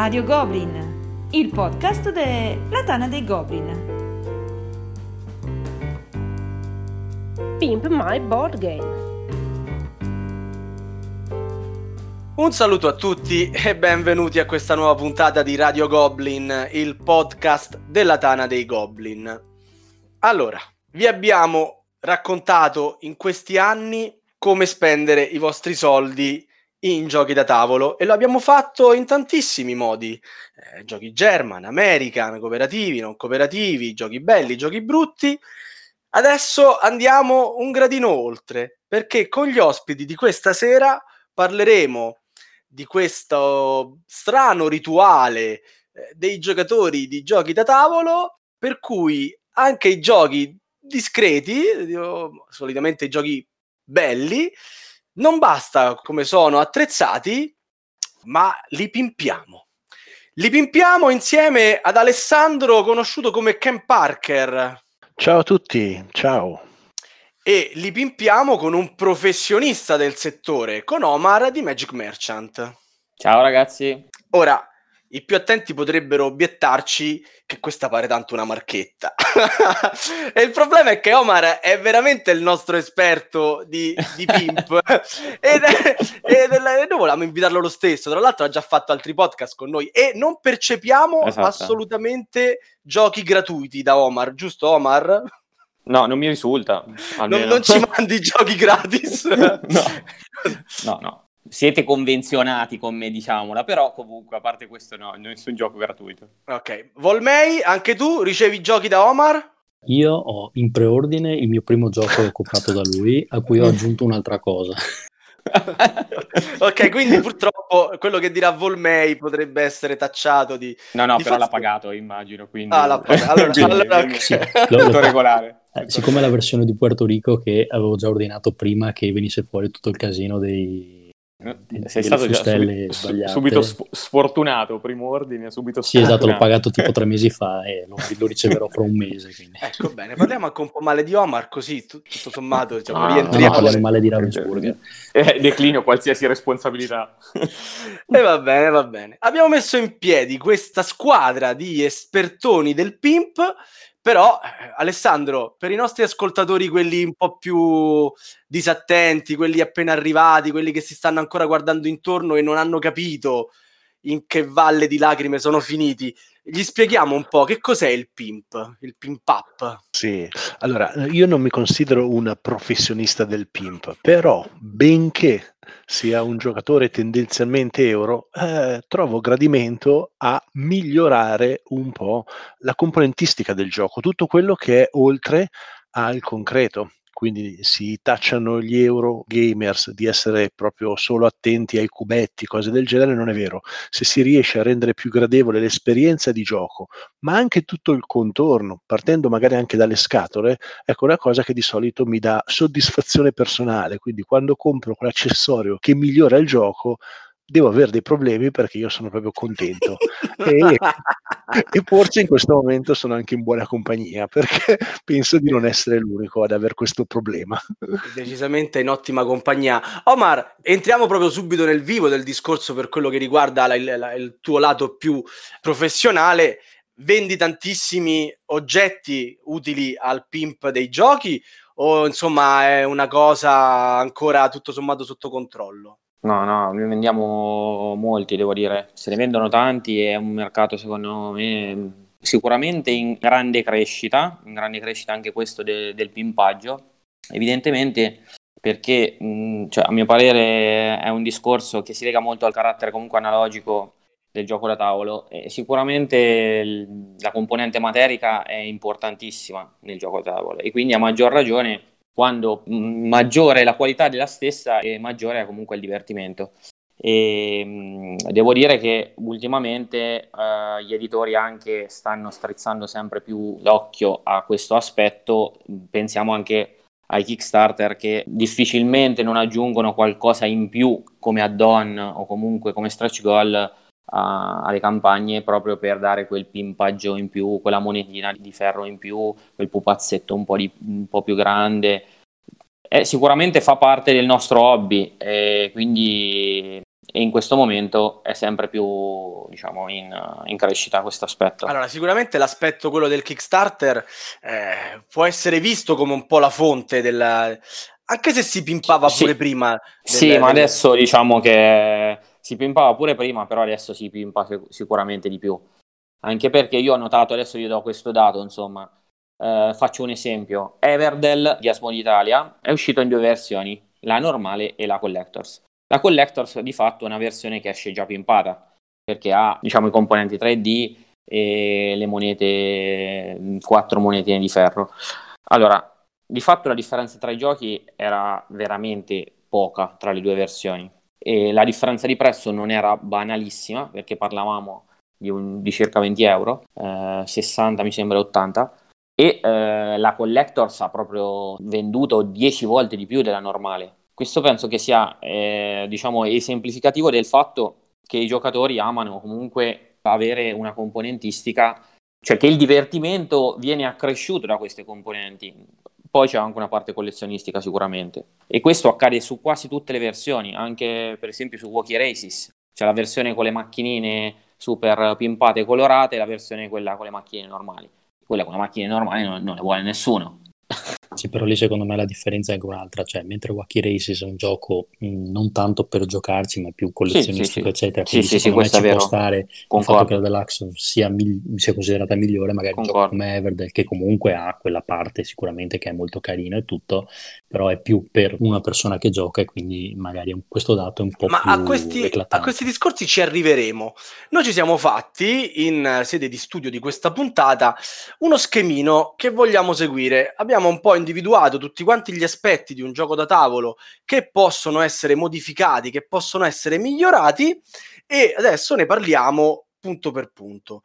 Radio Goblin, il podcast della Tana dei Goblin. Pimp My Board Game. Un saluto a tutti e benvenuti a questa nuova puntata di Radio Goblin, il podcast della Tana dei Goblin. Allora, vi abbiamo raccontato in questi anni come spendere i vostri soldi in giochi da tavolo e lo abbiamo fatto in tantissimi modi. Giochi German, American, cooperativi, non cooperativi, giochi belli, giochi brutti. Adesso andiamo un gradino oltre, perché con gli ospiti di questa sera parleremo di questo strano rituale dei giocatori di giochi da tavolo, per cui anche i giochi discreti, solitamente i giochi belli, non basta come sono attrezzati, ma li pimpiamo. Li pimpiamo insieme ad Alessandro, conosciuto come Ken Parker. Ciao a tutti, ciao. E li pimpiamo con un professionista del settore, con Omar di Magic Merchant. Ciao ragazzi. Ora, i più attenti potrebbero obiettarci che questa pare tanto una marchetta. E il problema è che Omar è veramente il nostro esperto di pimp. e noi volevamo invitarlo lo stesso. Tra l'altro ha già fatto altri podcast con noi e non percepiamo assolutamente giochi gratuiti da Omar, giusto Omar? No, non mi risulta. Non ci mandi giochi gratis? No. Siete convenzionati con me, diciamola, però comunque, a parte questo, no, nessun gioco gratuito. Ok. Volmei, anche tu ricevi giochi da Omar? Io ho in preordine il mio primo gioco comprato da lui, a cui ho aggiunto un'altra cosa. Ok, quindi purtroppo quello che dirà Volmei potrebbe essere tacciato di... No, di però l'ha pagato, immagino, quindi... l'ha pagato. Allora okay. Sì, tutto regolare. Siccome è la versione di Puerto Rico che avevo già ordinato prima che venisse fuori tutto il casino sei stato già subito sfortunato, primo ordine, subito sì, esatto, l'ho pagato tipo 3 mesi fa e lo riceverò fra un mese, quindi. Ecco, bene, parliamo anche un po' male di Omar, così tutto sommato diciamo, rientriamo. Parliamo male di Ravensburger. Declino qualsiasi responsabilità. E va bene. Abbiamo messo in piedi questa squadra di espertoni del pimp. Però, Alessandro, per i nostri ascoltatori, quelli un po' più disattenti, quelli appena arrivati, quelli che si stanno ancora guardando intorno e non hanno capito in che valle di lacrime sono finiti, gli spieghiamo un po' che cos'è il pimp up. Sì, allora io non mi considero un professionista del pimp, però benché sia un giocatore tendenzialmente euro, trovo gradimento a migliorare un po' la componentistica del gioco, tutto quello che è oltre al concreto. Quindi si tacciano gli euro gamers di essere proprio solo attenti ai cubetti, cose del genere, non è vero. Se si riesce a rendere più gradevole l'esperienza di gioco, ma anche tutto il contorno, partendo magari anche dalle scatole, ecco una cosa che di solito mi dà soddisfazione personale. Quindi quando compro quell'accessorio che migliora il gioco, devo avere dei problemi perché io sono proprio contento e forse in questo momento sono anche in buona compagnia perché penso di non essere l'unico ad aver questo problema. Decisamente in ottima compagnia. Omar, entriamo proprio subito nel vivo del discorso per quello che riguarda il tuo lato più professionale. Vendi tantissimi oggetti utili al pimp dei giochi o insomma è una cosa ancora tutto sommato sotto controllo? No, ne vendiamo molti, devo dire. Se ne vendono tanti, è un mercato secondo me sicuramente in grande crescita anche questo del pimpaggio, evidentemente perché a mio parere è un discorso che si lega molto al carattere comunque analogico del gioco da tavolo e sicuramente la componente materica è importantissima nel gioco da tavolo e quindi a maggior ragione quando maggiore è la qualità della stessa e maggiore è comunque il divertimento. E devo dire che ultimamente gli editori anche stanno strizzando sempre più l'occhio a questo aspetto. Pensiamo anche ai Kickstarter che difficilmente non aggiungono qualcosa in più come add-on o comunque come stretch goal alle campagne proprio per dare quel pimpaggio in più, quella monetina di ferro in più, quel pupazzetto un po' più grande. Sicuramente fa parte del nostro hobby, quindi e in questo momento è sempre più, diciamo, in crescita questo aspetto. Allora, sicuramente l'aspetto, quello del Kickstarter, può essere visto come un po' la fonte del... Anche se si pimpava pure prima. Sì, ma adesso diciamo che si pimpava pure prima, però adesso si pimpa sicuramente di più. Anche perché io ho notato, adesso io do questo dato, insomma, faccio un esempio. Everdell di Asmodee Italia è uscito in 2 versioni, la normale e la Collectors. La Collectors di fatto è una versione che esce già pimpata, perché ha, diciamo, i componenti 3D e le monete, 4 monetine di ferro. Allora, di fatto la differenza tra i giochi era veramente poca tra le 2 versioni e la differenza di prezzo non era banalissima, perché parlavamo di circa 20 euro, 60 mi sembra 80, e la Collectors ha proprio venduto 10 volte di più della normale. Questo penso che sia diciamo esemplificativo del fatto che i giocatori amano comunque avere una componentistica, cioè che il divertimento viene accresciuto da queste componenti. Poi c'è anche una parte collezionistica sicuramente, e questo accade su quasi tutte le versioni, anche per esempio su Wacky Races c'è la versione con le macchinine super pimpate e colorate e la versione quella con le macchine normali. Quella con le macchine normali non le vuole nessuno. Sì, però lì secondo me la differenza è anche un'altra, cioè mentre Wacky Races è un gioco non tanto per giocarci ma più collezionistico Sì. eccetera, Sì, quindi secondo me questo ci è può vero. stare il Concordo. fatto che la Deluxe sia considerata migliore, magari un gioco Concordo. come Everdell che comunque ha quella parte sicuramente che è molto carina e tutto, però è più per una persona che gioca e quindi magari questo dato è un po' Ma più a questi eclatante. discorsi ci arriveremo. Noi ci siamo fatti, in sede di studio di questa puntata, uno schemino che vogliamo seguire. Abbiamo un po' individuato tutti quanti gli aspetti di un gioco da tavolo che possono essere modificati, che possono essere migliorati, e adesso ne parliamo punto per punto.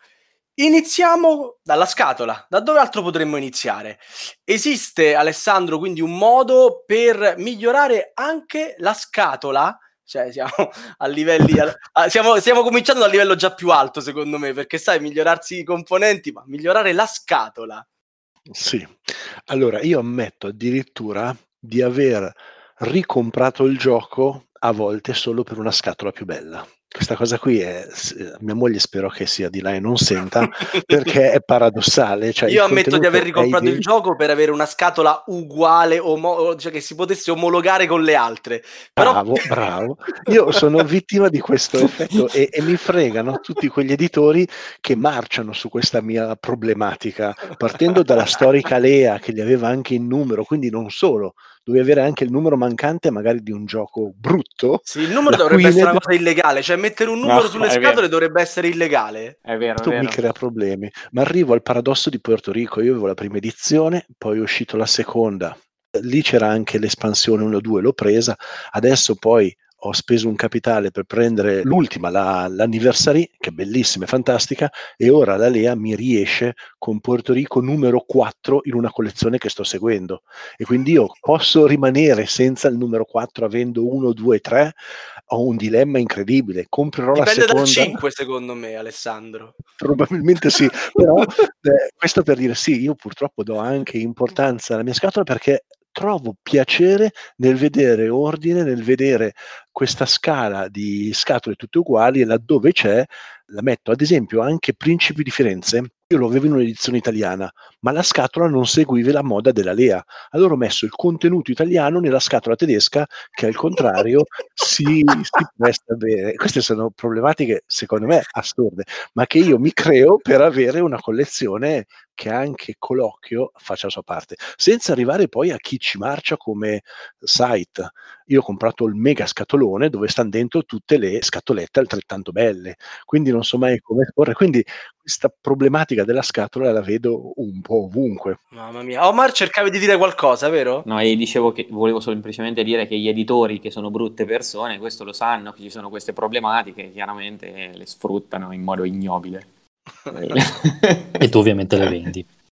Iniziamo dalla scatola. Da dove altro potremmo iniziare? Esiste, Alessandro, quindi un modo per migliorare anche la scatola? Cioè, siamo a livelli. Stiamo cominciando dal livello già più alto, secondo me, perché sai, migliorarsi i componenti, ma migliorare la scatola. Sì, allora io ammetto addirittura di aver ricomprato il gioco a volte solo per una scatola più bella. Questa cosa qui è, mia moglie spero che sia di là e non senta, perché è paradossale. Cioè Io il ammetto di aver contenuto è ricomprato il gioco per avere una scatola uguale, cioè che si potesse omologare con le altre. Però... Bravo. Io sono vittima di questo effetto e mi fregano tutti quegli editori che marciano su questa mia problematica, partendo dalla storica Lea che li aveva anche in numero, quindi non solo, dovevi avere anche il numero mancante magari di un gioco brutto. Sì, il numero La dovrebbe essere Queened... una cosa illegale, cioè mettere un numero sulle scatole dovrebbe essere illegale. È vero, è Questo mi vero. crea problemi, ma arrivo al paradosso di Puerto Rico. Io avevo la prima edizione, poi è uscito la seconda, lì c'era anche l'espansione 1-2, l'ho presa, adesso poi ho speso un capitale per prendere l'ultima, l'anniversary, che è bellissima e fantastica, e ora la Lea mi riesce con Puerto Rico numero 4 in una collezione che sto seguendo, e quindi io posso rimanere senza il numero 4 avendo 1, 2, 3. Ho un dilemma incredibile, comprerò Dipende la seconda. dal 5, secondo me, Alessandro. Probabilmente sì, però questo per dire sì, io purtroppo do anche importanza alla mia scatola perché trovo piacere nel vedere ordine, nel vedere questa scala di scatole tutte uguali, e laddove c'è la metto. Ad esempio anche Principi di Firenze, io lo avevo in un'edizione italiana, ma la scatola non seguiva la moda della Lea. Allora ho messo il contenuto italiano nella scatola tedesca, che al contrario si presta bene. Queste sono problematiche secondo me assurde, ma che io mi creo per avere una collezione che anche colloquio faccia la sua parte, senza arrivare poi a chi ci marcia come site. Io ho comprato il mega scatolone dove stanno dentro tutte le scatolette altrettanto belle, quindi non so mai come porre. Quindi questa problematica della scatola la vedo un po' ovunque. Mamma mia. Omar, cercavi di dire qualcosa, vero? No, e dicevo che volevo semplicemente dire che gli editori, che sono brutte persone, questo lo sanno, che ci sono queste problematiche, chiaramente le sfruttano in modo ignobile. E tu ovviamente le vendi.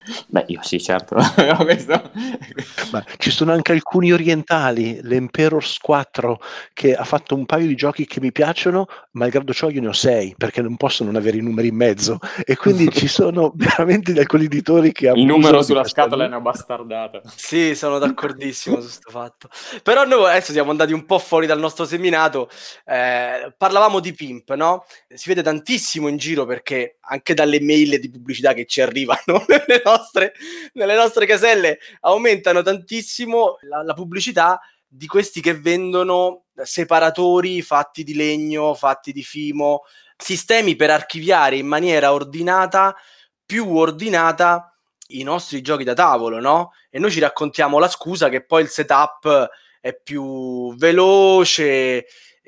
Beh, io sì, certo. Questo... Ma ci sono anche alcuni orientali, l'Emperor's 4, che ha fatto un paio di giochi che mi piacciono, malgrado ciò io ne ho 6, perché non posso non avere i numeri in mezzo, e quindi ci sono veramente alcuni editori che Il numero abusano di sulla questa scatola è una bastardata. Sì, sono d'accordissimo su questo fatto. Però noi adesso siamo andati un po' fuori dal nostro seminato. Parlavamo di pimp, no? Si vede tantissimo in giro perché anche dalle mail di pubblicità che ci arrivano nelle nostre caselle aumentano tantissimo la pubblicità di questi che vendono separatori fatti di legno, fatti di fimo, sistemi per archiviare in maniera ordinata, più ordinata, i nostri giochi da tavolo, no? E noi ci raccontiamo la scusa che poi il setup è più veloce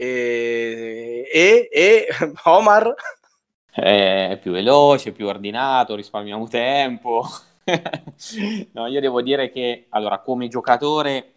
e Omar? È più veloce, più ordinato, risparmiamo tempo. No, io devo dire che, allora, come giocatore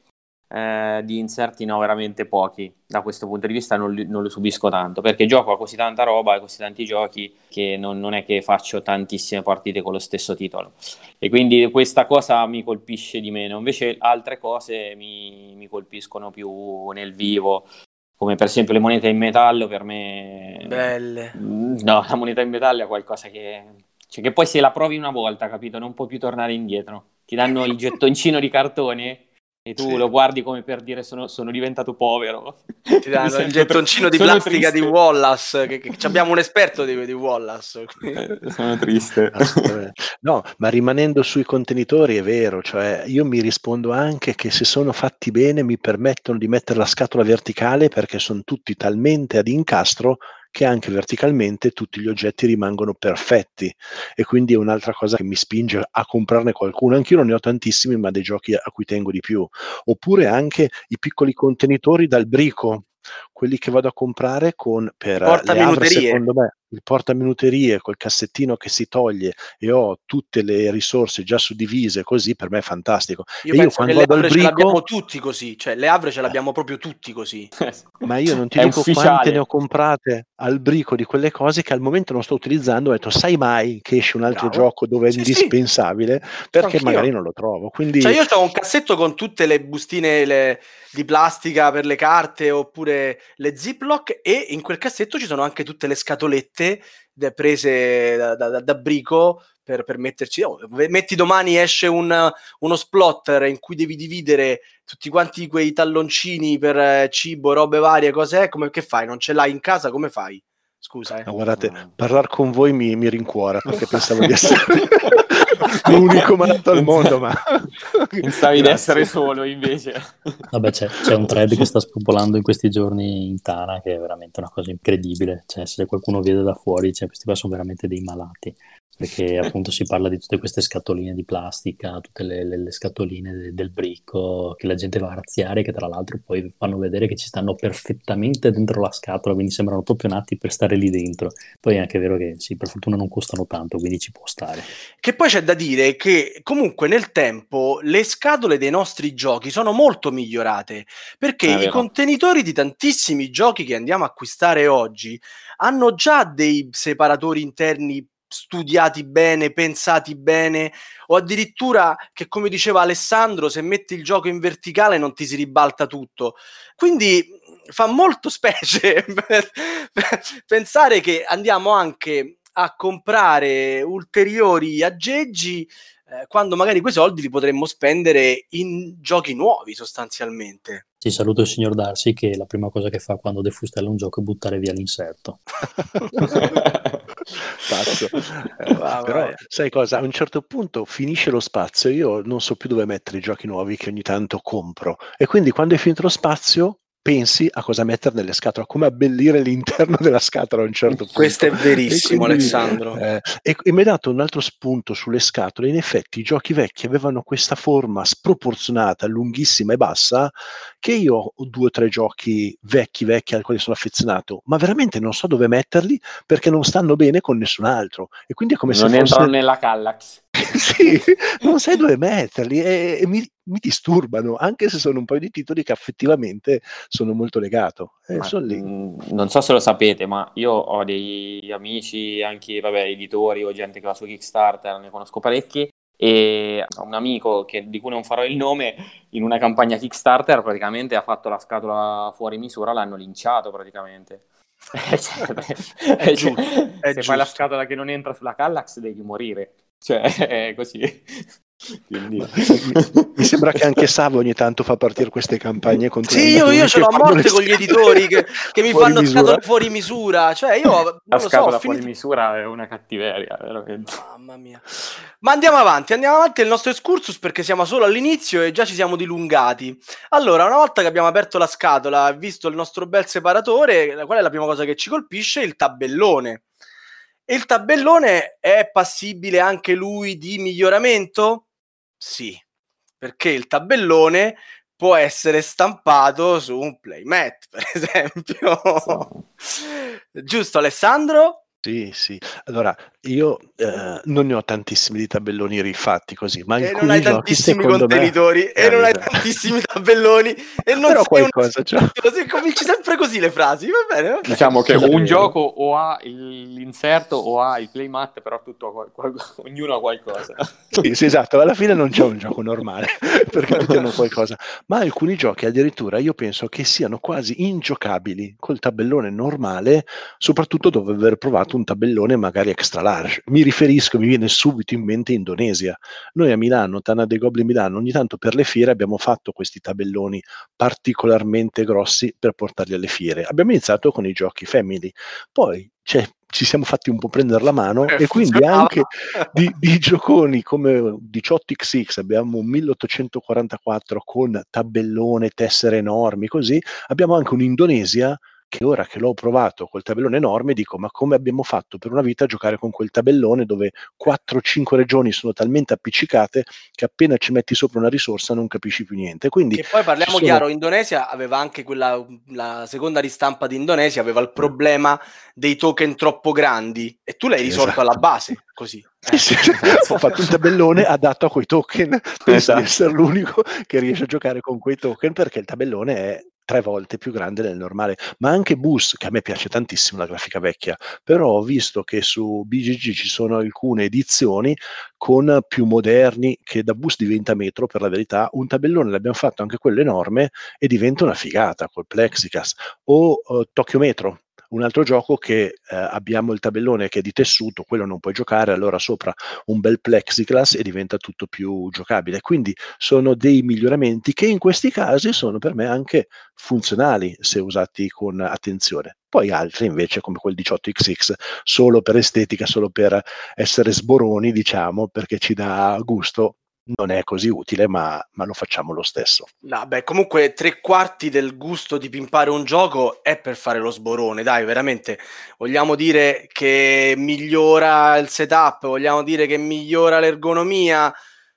di inserti ne ho veramente pochi. Da questo punto di vista non lo subisco tanto, perché gioco a così tanta roba e così tanti giochi che non è che faccio tantissime partite con lo stesso titolo. E quindi questa cosa mi colpisce di meno. Invece altre cose mi colpiscono più nel vivo, come per esempio le monete in metallo. Per me Belle. No, la moneta in metallo è qualcosa che poi se la provi una volta, capito, non puoi più tornare indietro. Ti danno il gettoncino di cartone e tu lo guardi come per dire sono diventato povero. Ti danno il gettoncino di plastica di Wallace, che abbiamo un esperto di Wallace. Sono triste. No, ma rimanendo sui contenitori è vero, cioè io mi rispondo anche che se sono fatti bene mi permettono di mettere la scatola verticale perché sono tutti talmente ad incastro che anche verticalmente tutti gli oggetti rimangono perfetti, e quindi è un'altra cosa che mi spinge a comprarne qualcuno. Anch'io non ne ho tantissimi, ma dei giochi a cui tengo di più. Oppure anche i piccoli contenitori dal brico, quelli che vado a comprare per le Havre, secondo me, il portaminuterie col cassettino che si toglie e ho tutte le risorse già suddivise, così per me è fantastico. Io penso che le Havre ce l'abbiamo tutti così, cioè le Havre ce l'abbiamo proprio tutti così. Ma io non ti dico ufficiale. Quante ne ho comprate al brico di quelle cose che al momento non sto utilizzando. Ho detto, sai mai che esce un altro gioco dove è indispensabile? Perché magari non lo trovo. Quindi... Cioè io ho un cassetto con tutte le bustine di plastica per le carte oppure le Ziploc, e in quel cassetto ci sono anche tutte le scatolette prese da brico per metterci. Metti domani esce uno splotter in cui devi dividere tutti quanti quei talloncini per cibo, robe varie, cose, che fai? Non ce l'hai in casa? Come fai? Scusa. No, guardate, parlare con voi mi rincuora, perché pensavo di essere l'unico malato al mondo, ma pensavi di essere solo invece. Vabbè, c'è un thread che sta spopolando in questi giorni in Tana che è veramente una cosa incredibile. Cioè, se qualcuno vede da fuori, cioè, questi qua sono veramente dei malati, perché appunto si parla di tutte queste scatoline di plastica, tutte le scatoline del bricco che la gente va a razziare, che tra l'altro poi fanno vedere che ci stanno perfettamente dentro la scatola, quindi sembrano proprio nati per stare lì dentro. Poi è anche vero che sì, per fortuna non costano tanto, quindi ci può stare. Che poi c'è da dire che comunque nel tempo le scatole dei nostri giochi sono molto migliorate, perché i contenitori di tantissimi giochi che andiamo a acquistare oggi hanno già dei separatori interni studiati bene, pensati bene, o addirittura che, come diceva Alessandro, se metti il gioco in verticale non ti si ribalta tutto. Quindi fa molto specie pensare che andiamo anche a comprare ulteriori aggeggi quando magari quei soldi li potremmo spendere in giochi nuovi sostanzialmente. Sì, saluto il signor Darcy che la prima cosa che fa quando defustella un gioco è buttare via l'inserto. Pazzo. Però sai cosa, a un certo punto finisce lo spazio, io non so più dove mettere i giochi nuovi che ogni tanto compro, e quindi quando è finito lo spazio pensi a cosa mettere nelle scatole, a come abbellire l'interno della scatola a un certo punto. Questo è verissimo, quindi, Alessandro. E mi ha dato un altro spunto sulle scatole. In effetti i giochi vecchi avevano questa forma sproporzionata, lunghissima e bassa, che io ho 2 o 3 giochi vecchi al quale sono affezionato, ma veramente non so dove metterli perché non stanno bene con nessun altro. E quindi è come non se entrano nella Kallax. Sì, non sai dove metterli e mi disturbano, anche se sono un paio di titoli che effettivamente sono molto legato. Sono lì. Non so se lo sapete, ma io ho dei amici, anche editori o gente che va su Kickstarter, ne conosco parecchi, e un amico di cui non farò il nome, in una campagna Kickstarter praticamente ha fatto la scatola fuori misura, l'hanno linciato praticamente. È giusto, è se fai la giusto. scatola che non entra sulla Kallax devi morire, cioè è così. Quindi... Mi sembra che anche Savo ogni tanto fa partire queste campagne contro Sì, gli io editori ce che l'ho a fanno morte le con gli editori che mi fuori fanno misura. scatole fuori misura. Cioè, io La non lo so, scatola ho fuori finito... misura è una cattiveria, veramente. Mamma mia. Ma andiamo avanti il nostro excursus perché siamo solo all'inizio e già ci siamo dilungati. Allora, una volta che abbiamo aperto la scatola e visto il nostro bel separatore, qual è la prima cosa che ci colpisce? Il tabellone. E il tabellone è passibile anche lui di miglioramento? Sì, perché il tabellone può essere stampato su un playmat, per esempio. Giusto, Alessandro? Sì. Allora, io non ne ho tantissimi di tabelloni rifatti così, ma E non hai alcuni giochi tantissimi secondo me... contenitori, e non hai tantissimi tabelloni, e non Però sei un qualcosa c'ho. se cominci sempre così le frasi, va bene, va bene. Diciamo che È un vero. gioco o ha l'inserto o ha il playmat, però ognuno ha qualcosa. Sì, esatto, alla fine non c'è un gioco normale, perché tutti hanno qualcosa, ma alcuni giochi addirittura io penso che siano quasi ingiocabili col tabellone normale, soprattutto dopo aver provato un tabellone magari extra large. Mi viene subito in mente Indonesia. Noi a Milano, Tana dei Goblin Milano, ogni tanto per le fiere abbiamo fatto questi tabelloni particolarmente grossi per portarli alle fiere. Abbiamo iniziato con i giochi family, poi ci siamo fatti un po' prendere la mano e quindi Funzionava. anche di gioconi come 18XX abbiamo un 1844 con tabellone, tessere enormi, così abbiamo anche un Indonesia che ora che l'ho provato col tabellone enorme dico ma come abbiamo fatto per una vita a giocare con quel tabellone dove 4-5 regioni sono talmente appiccicate che appena ci metti sopra una risorsa non capisci più niente. Quindi che poi parliamo sono... chiaro, Indonesia aveva anche la seconda ristampa di Indonesia aveva il problema dei token troppo grandi e tu l'hai risolto esatto. alla base così. Sì, ho fatto un tabellone adatto a quei token, penso di essere l'unico che riesce a giocare con quei token perché il tabellone è 3 volte più grande del normale, ma anche Bus, che a me piace tantissimo la grafica vecchia, però ho visto che su BGG ci sono alcune edizioni con più moderni, che da Bus diventa metro, per la verità, un tabellone l'abbiamo fatto anche quello enorme e diventa una figata col Plexicas, o Tokyo Metro, un altro gioco che abbiamo il tabellone che è di tessuto, quello non puoi giocare, allora sopra un bel plexiglass e diventa tutto più giocabile. Quindi sono dei miglioramenti che in questi casi sono per me anche funzionali se usati con attenzione. Poi altri invece come quel 18XX solo per estetica, solo per essere sboroni, diciamo, perché ci dà gusto, non è così utile, ma lo facciamo lo stesso. No, beh, comunque 3/4 del gusto di pimpare un gioco è per fare lo sborone, dai, veramente. Vogliamo dire che migliora il setup, vogliamo dire che migliora l'ergonomia?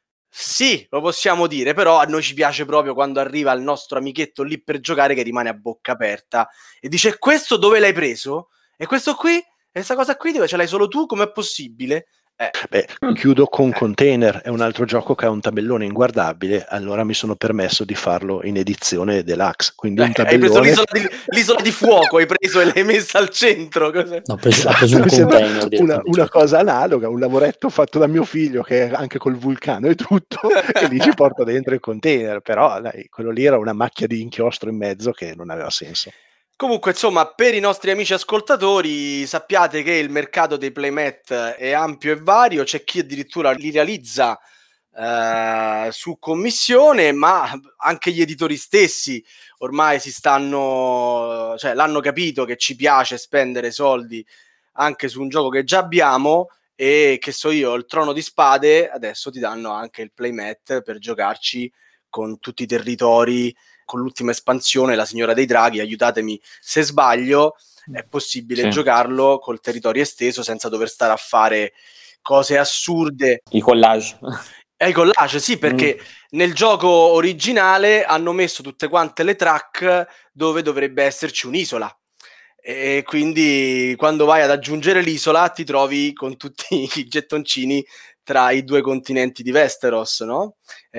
Sì, lo possiamo dire, però a noi ci piace proprio quando arriva il nostro amichetto lì per giocare che rimane a bocca aperta e dice: questo dove l'hai preso? E questo qui? E questa cosa qui dove ce l'hai solo tu? Com'è possibile? Beh, chiudo con Container, è un altro gioco che ha un tabellone inguardabile, allora mi sono permesso di farlo in edizione deluxe, quindi un tabellone... Hai preso l'isola di fuoco, hai preso e l'hai messa al centro. No, ha preso un container. Una cosa analoga, un lavoretto fatto da mio figlio che è anche col vulcano e tutto, e lì ci porto dentro il container, però dai, quello lì era una macchia di inchiostro in mezzo che non aveva senso. Comunque, insomma, per i nostri amici ascoltatori, sappiate che il mercato dei playmat è ampio e vario, c'è chi addirittura li realizza su commissione, ma anche gli editori stessi ormai l'hanno capito che ci piace spendere soldi anche su un gioco che già abbiamo e che so io, il Trono di Spade, adesso ti danno anche il playmat per giocarci con tutti i territori. Con l'ultima espansione, la Signora dei Draghi, aiutatemi se sbaglio, è possibile giocarlo col territorio esteso senza dover stare a fare cose assurde. I collage. I collage, sì, perché nel gioco originale hanno messo tutte quante le track dove dovrebbe esserci un'isola. E quindi quando vai ad aggiungere l'isola ti trovi con tutti i gettoncini tra i 2 continenti di Westeros, no?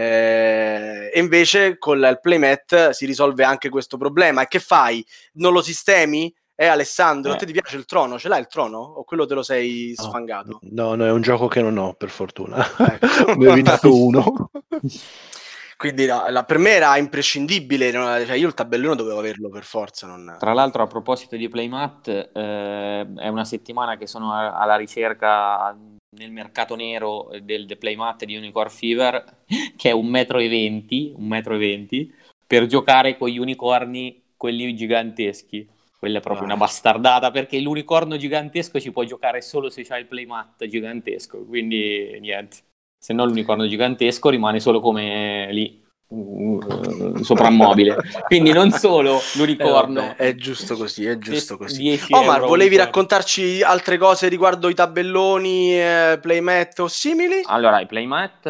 E invece con il playmat si risolve anche questo problema. E che fai? Non lo sistemi? Alessandro, a te ti piace il Trono? Ce l'hai il Trono? O quello te lo sei sfangato? No, è un gioco che non ho, per fortuna. Ecco. Ne ho evitato uno. Quindi per me era imprescindibile, cioè io il tabellone dovevo averlo per forza. Tra l'altro, a proposito di Playmat, è una settimana che sono alla ricerca nel mercato nero del Playmat di Unicorn Fever, che è 1,20 m, per giocare con gli unicorni, quelli giganteschi. Quella è proprio una bastardata, perché l'unicorno gigantesco ci puoi giocare solo se c'hai il Playmat gigantesco, quindi niente. Se no l'unicorno gigantesco rimane solo come lì, soprammobile. Quindi non solo l'unicorno. È giusto così, è giusto così. Omar, volevi raccontarci altre cose riguardo i tabelloni, Playmat o simili? Allora, i Playmat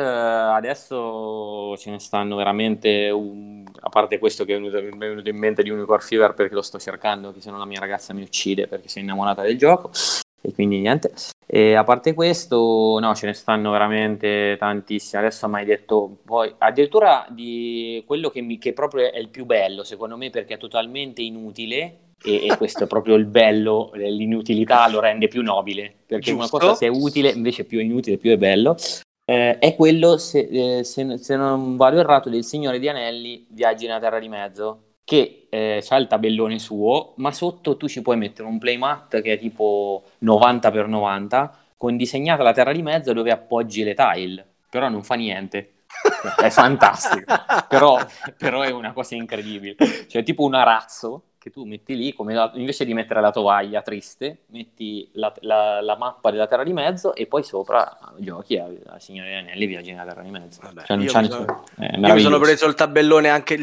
adesso ce ne stanno veramente, a parte questo che mi è venuto in mente di Unicorn Fever, perché lo sto cercando, che se no la mia ragazza mi uccide perché si è innamorata del gioco. E quindi niente. E a parte questo, no, ce ne stanno veramente tantissimi. Adesso mi hai detto poi addirittura di quello che proprio è il più bello, secondo me, perché è totalmente inutile, e questo è proprio il bello, l'inutilità lo rende più nobile, perché Giusto. Una cosa, se è utile, invece più è inutile, più è bello. È quello, se non vado errato, del Signore di Anelli, Viaggi nella Terra di Mezzo, che c'ha il tabellone suo, ma sotto tu ci puoi mettere un playmat che è tipo 90x90, con disegnata la terra di mezzo dove appoggi le tile, però non fa niente. È fantastico, però è una cosa incredibile. Cioè tipo un arazzo che tu metti lì, invece di mettere la tovaglia triste, metti la mappa della terra di mezzo e poi sopra giochi a Signore degli Anelli, Viaggi nella Terra di Mezzo. Vabbè, Cioè, io mi sono preso il tabellone, anche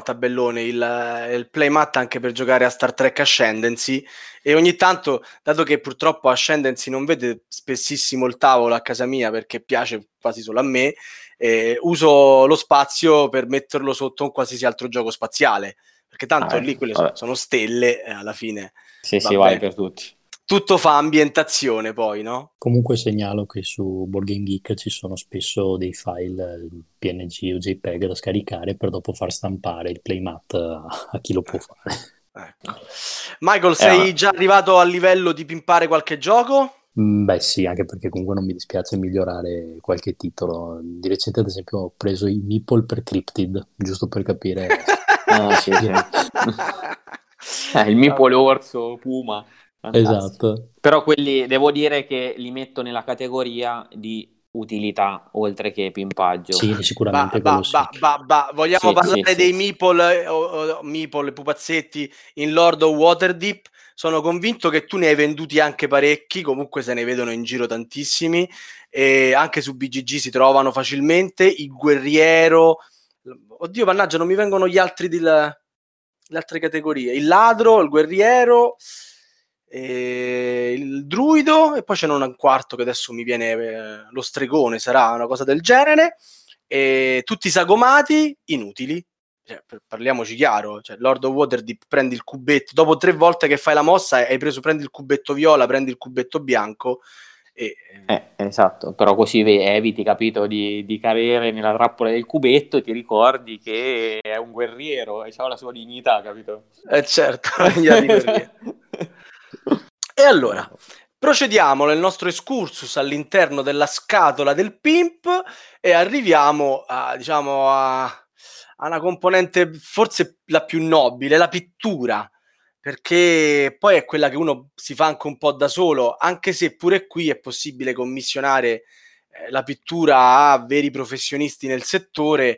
il playmat anche per giocare a Star Trek Ascendancy, e ogni tanto, dato che purtroppo Ascendancy non vede spessissimo il tavolo a casa mia perché piace quasi solo a me, uso lo spazio per metterlo sotto un qualsiasi altro gioco spaziale, perché tanto lì quelle sono stelle, alla fine sì, vale per tutti. Tutto fa ambientazione poi, no? Comunque segnalo che su Board Game Geek ci sono spesso dei file PNG o JPEG da scaricare per dopo far stampare il playmat a chi lo può fare. Ecco. Michael, sei già arrivato al livello di pimpare qualche gioco? Beh sì, anche perché comunque non mi dispiace migliorare qualche titolo. Di recente ad esempio ho preso i Meeple per Cryptid, giusto per capire. Sì. Il Meeple orso puma. Fantastico. Esatto. Però quelli devo dire che li metto nella categoria di utilità oltre che pimpaggio. Sì, sicuramente vogliamo parlare dei Meeple, Meeple, pupazzetti in Lord of Waterdeep? Sono convinto che tu ne hai venduti anche parecchi, comunque se ne vedono in giro tantissimi, e anche su BGG si trovano facilmente. Il guerriero, oddio mannaggia, non mi vengono gli altri le altre categorie, il ladro, il guerriero, il druido, e poi c'è un quarto che adesso mi viene, lo stregone, sarà una cosa del genere, e tutti sagomati, inutili. Cioè, parliamoci chiaro, cioè, Lord of Waterdeep, prendi il cubetto, dopo 3 volte che fai la mossa hai preso, prendi il cubetto viola, prendi il cubetto bianco e... esatto, però così eviti, capito, di cadere nella trappola del cubetto e ti ricordi che è un guerriero e ha la sua dignità, capito? Certo, di guerriero. E allora procediamo nel nostro excursus all'interno della scatola del pimp e arriviamo a una componente forse la più nobile, la pittura, perché poi è quella che uno si fa anche un po' da solo, anche se pure qui è possibile commissionare la pittura a veri professionisti nel settore,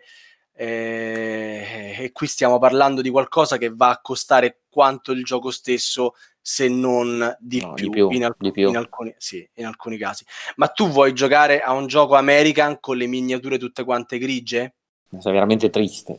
e qui stiamo parlando di qualcosa che va a costare quanto il gioco stesso, se non di più. In alcuni casi. Ma tu vuoi giocare a un gioco American con le miniature tutte quante grigie? È veramente triste.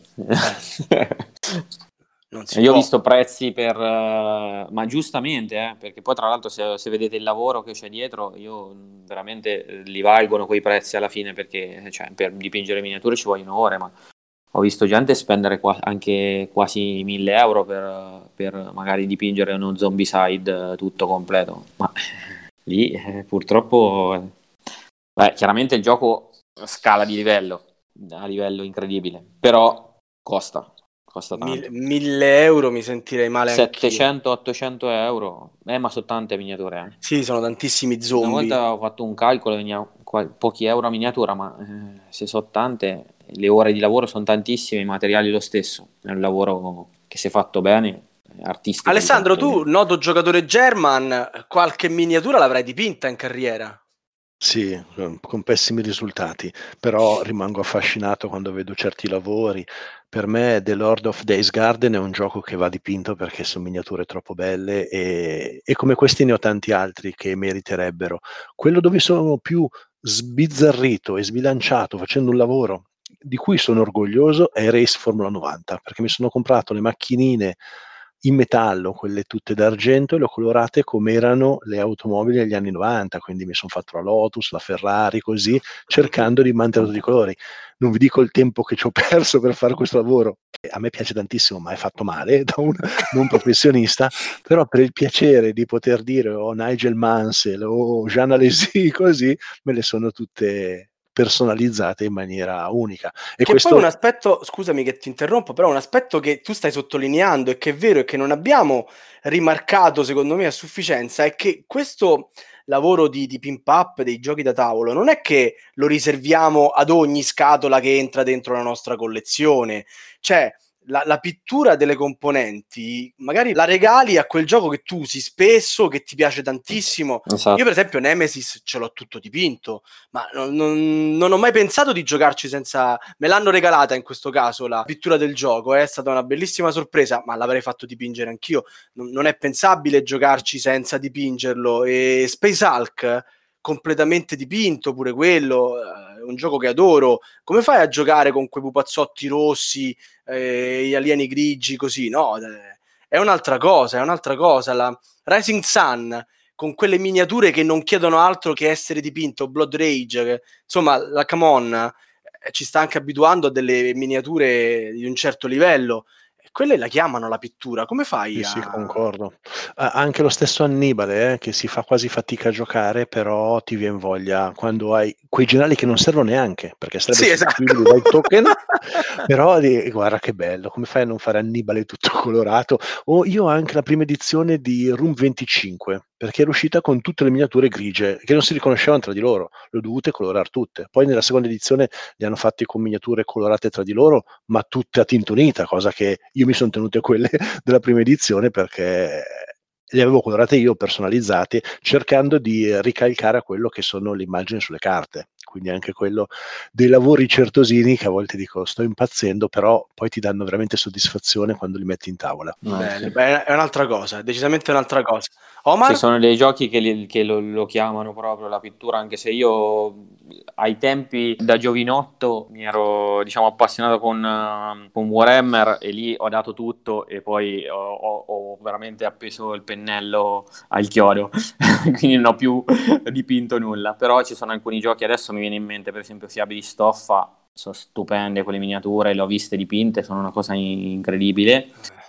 Io ho visto prezzi ma giustamente, perché poi tra l'altro se vedete il lavoro che c'è dietro, io veramente li valgono quei prezzi alla fine, perché per dipingere miniature ci vogliono ore, ma ho visto gente spendere anche quasi 1.000 euro per magari dipingere uno Zombicide tutto completo, ma lì purtroppo chiaramente il gioco scala di livello a livello incredibile, però costa costa tanto. 1.000 euro mi sentirei male anch'io. 700-800 euro, ma sono tante miniature. Sì, sono tantissimi Una zombie. volta ho fatto un calcolo, veniva pochi euro a miniatura, ma se sono tante, le ore di lavoro sono tantissime, i materiali lo stesso. È un lavoro che se fatto bene, artistico. Alessandro, diciamo, tu, noto giocatore German, qualche miniatura l'avrai dipinta in carriera? Sì, con pessimi risultati, però rimango affascinato quando vedo certi lavori. Per me The Lord of Days Garden è un gioco che va dipinto perché sono miniature troppo belle e come questi ne ho tanti altri che meriterebbero. Quello dove sono più sbizzarrito e sbilanciato facendo un lavoro di cui sono orgoglioso è Race Formula 90, perché mi sono comprato le macchinine in metallo, quelle tutte d'argento, e le ho colorate come erano le automobili negli anni 90, quindi mi sono fatto la Lotus, la Ferrari, così, cercando di mantenere tutti i colori. Non vi dico il tempo che ci ho perso per fare questo lavoro. A me piace tantissimo, ma è fatto male da un non professionista, però per il piacere di poter dire Nigel Mansell o Jean Alesi, così, me le sono tutte personalizzate in maniera unica. E Che questo poi un aspetto, scusami che ti interrompo, però un aspetto che tu stai sottolineando e che è vero e che non abbiamo rimarcato secondo me a sufficienza è che questo lavoro di pimp up dei giochi da tavolo non è che lo riserviamo ad ogni scatola che entra dentro la nostra collezione, cioè la pittura delle componenti magari la regali a quel gioco che tu usi spesso, che ti piace tantissimo. Esatto. Io per esempio Nemesis ce l'ho tutto dipinto, ma non ho mai pensato di giocarci senza... Me l'hanno regalata in questo caso la pittura del gioco, è stata una bellissima sorpresa, ma l'avrei fatto dipingere anch'io. Non è pensabile giocarci senza dipingerlo. E Space Hulk, completamente dipinto pure quello, è un gioco che adoro. Come fai a giocare con quei pupazzotti rossi, gli alieni grigi così? No, è un'altra cosa, è un'altra cosa. La Rising Sun con quelle miniature che non chiedono altro che essere dipinto, Blood Rage, che, insomma, la Come On ci sta anche abituando a delle miniature di un certo livello, e quelle la chiamano la pittura. Come fai Sì, a... concordo. Anche lo stesso Annibale, che si fa quasi fatica a giocare, però ti vien voglia quando hai quei generali che non servono neanche, perché sarebbe Sì, esatto. sostituibile dai token, però guarda che bello, come fai a non fare Annibale tutto colorato? O io ho anche la prima edizione di Room 25, perché era uscita con tutte le miniature grigie, che non si riconoscevano tra di loro, le ho dovute colorare tutte. Poi nella seconda edizione li hanno fatti con miniature colorate tra di loro, ma tutte a tinta unita, cosa che io mi sono tenute quelle della prima edizione perché le avevo colorate io, personalizzate, cercando di ricalcare a quello che sono le immagini sulle carte. Quindi anche quello dei lavori certosini che a volte dico sto impazzendo, però poi ti danno veramente soddisfazione quando li metti in tavola. Bello, Sì. beh, è un'altra cosa, decisamente un'altra cosa. Omar? Ci sono dei giochi che lo chiamano proprio la pittura, anche se io ai tempi da giovinotto mi ero, diciamo, appassionato con Warhammer e lì ho dato tutto e poi ho veramente appeso il pennello al chiodo, quindi non ho più dipinto nulla. Però ci sono alcuni giochi, adesso mi viene in mente per esempio Fiabe di Stoffa, sono stupende quelle miniature, le ho viste dipinte, sono una cosa incredibile.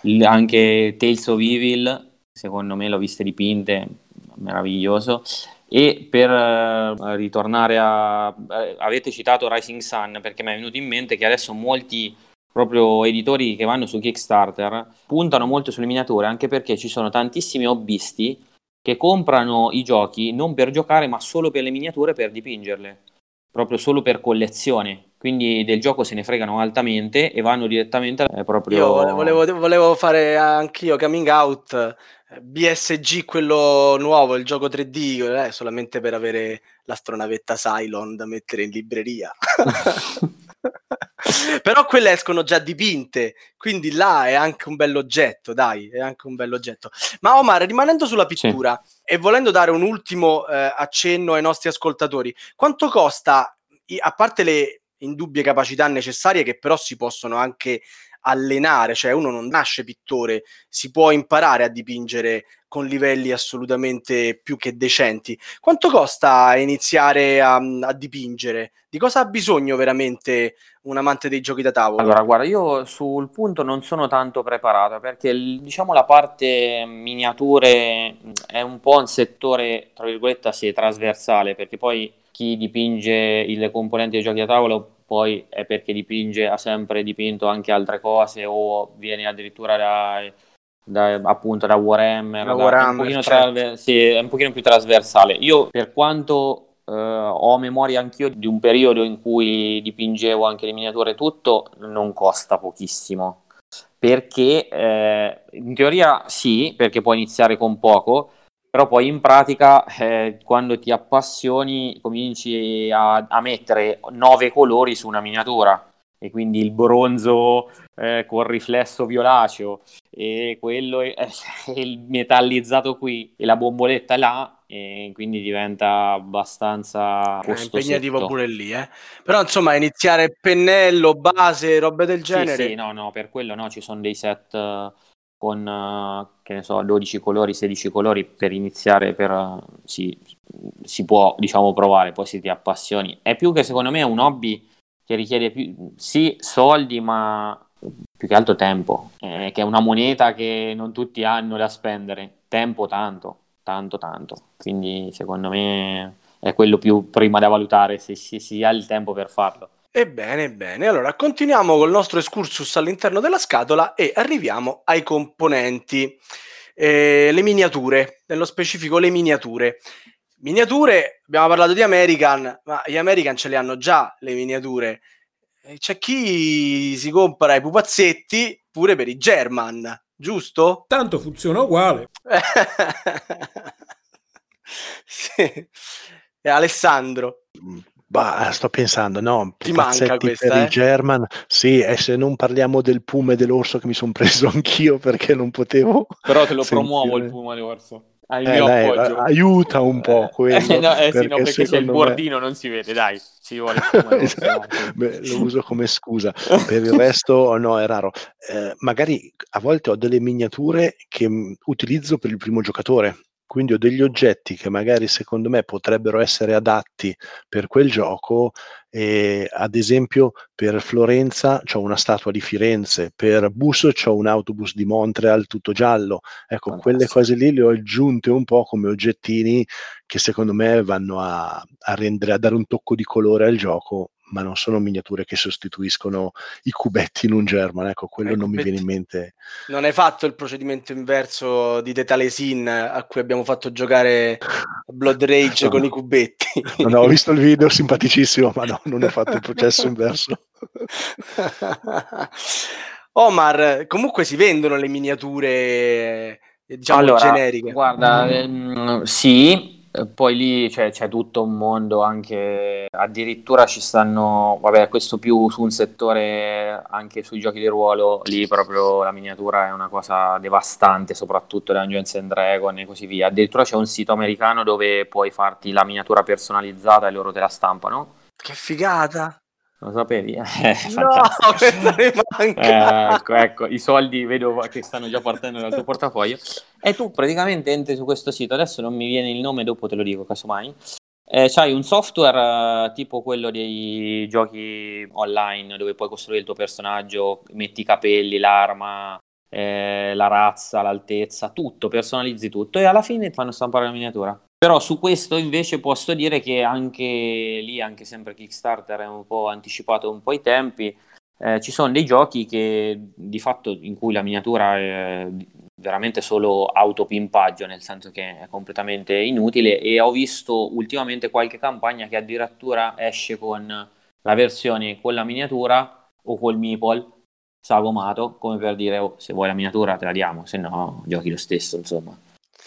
Anche Tales of Evil, secondo me l'ho viste dipinte, meraviglioso. E per ritornare avete citato Rising Sun, perché mi è venuto in mente che adesso molti proprio editori che vanno su Kickstarter puntano molto sulle miniature, anche perché ci sono tantissimi hobbisti che comprano i giochi non per giocare ma solo per le miniature, per dipingerle, proprio solo per collezione. Quindi del gioco se ne fregano altamente e vanno direttamente proprio... Io volevo fare anch'io coming out, BSG quello nuovo, il gioco 3D, solamente per avere l'astronavetta Cylon da mettere in libreria. Però quelle escono già dipinte, quindi là è anche un bell'oggetto, dai, è anche un bell'oggetto. Ma Omar, rimanendo sulla pittura e volendo dare un ultimo accenno ai nostri ascoltatori, quanto costa, a parte le indubbie capacità necessarie che però si possono anche allenare, cioè uno non nasce pittore, si può imparare a dipingere con livelli assolutamente più che decenti. Quanto costa iniziare a dipingere? Di cosa ha bisogno veramente un amante dei giochi da tavolo? Allora, guarda, io sul punto non sono tanto preparato perché diciamo la parte miniature è un po' un settore, tra virgolette, sì, trasversale, perché poi chi dipinge le componenti dei giochi da tavolo poi è perché ha sempre dipinto anche altre cose o viene addirittura appunto da Warhammer, è un pochino certo. sì, è un pochino più trasversale. Io, per quanto ho memoria anch'io di un periodo in cui dipingevo anche le miniature e tutto, non costa pochissimo, perché in teoria sì, perché puoi iniziare con poco, però poi in pratica quando ti appassioni cominci a mettere 9 colori su una miniatura, e quindi il bronzo col riflesso violaceo, e quello è il metallizzato qui e la bomboletta là, e quindi diventa abbastanza È impegnativo costosetto. pure lì, eh. Però insomma iniziare pennello, base, robe del genere. Sì, no, per quello no, ci sono dei set con, che ne so, 12 colori, 16 colori per iniziare, si può, diciamo, provare, poi se ti appassioni. È più che, secondo me, un hobby che richiede più, sì, soldi, ma più che altro tempo, che è una moneta che non tutti hanno da spendere. Tempo tanto. Quindi, secondo me, è quello più prima da valutare, se si ha il tempo per farlo. Bene. Allora, continuiamo col nostro excursus all'interno della scatola e arriviamo ai componenti. Le miniature, nello specifico le miniature. Miniature, abbiamo parlato di American, ma gli American ce le hanno già le miniature. C'è chi si compra i pupazzetti pure per i German, giusto? Tanto funziona uguale. Sì. E Alessandro. Bah, sto pensando, no, Ti manca pupazzetti questa, per i German, sì, e se non parliamo del Puma e dell'orso che mi sono preso anch'io perché non potevo Però te lo sentire. promuovo il Puma d'orso. Hai il mio Dai, appoggio. aiuta un po' quello, No, sì, no, perché perché c'è il secondo me bordino, non si vede, dai, ci vuole il Puma d'orso. Beh, lo uso come scusa. Per il resto no, è raro. Magari a volte ho delle miniature che utilizzo per il primo giocatore, quindi ho degli oggetti che magari secondo me potrebbero essere adatti per quel gioco. Ad esempio per Florenza c'ho una statua di Firenze, per Busso c'ho un autobus di Montreal tutto giallo. Ecco, quelle Fantastico. cose lì le ho aggiunte un po' come oggettini che secondo me vanno a dare un tocco di colore al gioco, ma non sono miniature che sostituiscono i cubetti in un German, ecco, quello non mi viene in mente. Non hai fatto il procedimento inverso di The Talesin a cui abbiamo fatto giocare Blood Rage con i cubetti? No, ho visto il video, simpaticissimo, ma no, non ho fatto il processo inverso. Omar, comunque si vendono le miniature, diciamo, Allora, generiche. guarda, sì, poi lì c'è tutto un mondo, anche addirittura ci stanno, vabbè, questo più su un settore, anche sui giochi di ruolo, lì proprio la miniatura è una cosa devastante, soprattutto Dungeons and Dragons e così via. Addirittura c'è un sito americano dove puoi farti la miniatura personalizzata e loro te la stampano. Che figata! Lo sapevi? No, Fantastico. questa mi manca. Ecco, i soldi vedo che stanno già partendo dal tuo portafoglio. E tu praticamente entri su questo sito, adesso non mi viene il nome, dopo te lo dico, casomai. C'hai un software tipo quello dei giochi online dove puoi costruire il tuo personaggio, metti i capelli, l'arma, la razza, l'altezza, tutto, personalizzi tutto e alla fine ti fanno stampare la miniatura. Però su questo invece posso dire che anche lì, anche sempre Kickstarter è un po' anticipato un po' i tempi, ci sono dei giochi che di fatto in cui la miniatura è veramente solo autopimpaggio, nel senso che è completamente inutile, e ho visto ultimamente qualche campagna che addirittura esce con la versione con la miniatura o col meeple sagomato, come per dire, oh, se vuoi la miniatura te la diamo, se no giochi lo stesso, insomma.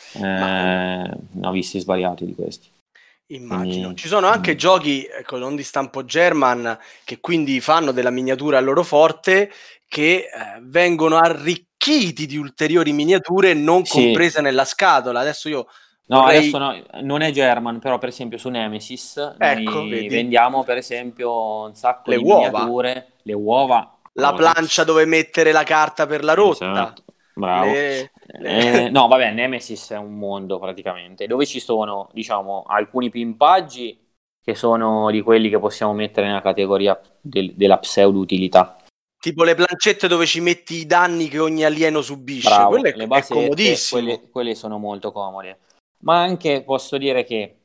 Ne ho visti svariati di questi. Immagino. Quindi, Ci sono anche giochi, ecco, non di stampo German, che quindi fanno della miniatura il loro forte, che vengono arricchiti di ulteriori miniature non sì. comprese nella scatola. Adesso io No, vorrei... adesso no, non è German, però per esempio su Nemesis Ecco, noi vedi? vendiamo per esempio un sacco Le di uova. miniature, le uova, La plancia dove mettere la carta per la rotta. esatto, bravo. Le... No, vabbè, Nemesis è un mondo praticamente, dove ci sono, diciamo, alcuni pimpaggi che sono di quelli che possiamo mettere nella categoria della pseudo-utilità. Tipo le plancette dove ci metti i danni che ogni alieno subisce. Bravo, Quello le è basette, comodissimo. quelle sono molto comode. Ma anche posso dire che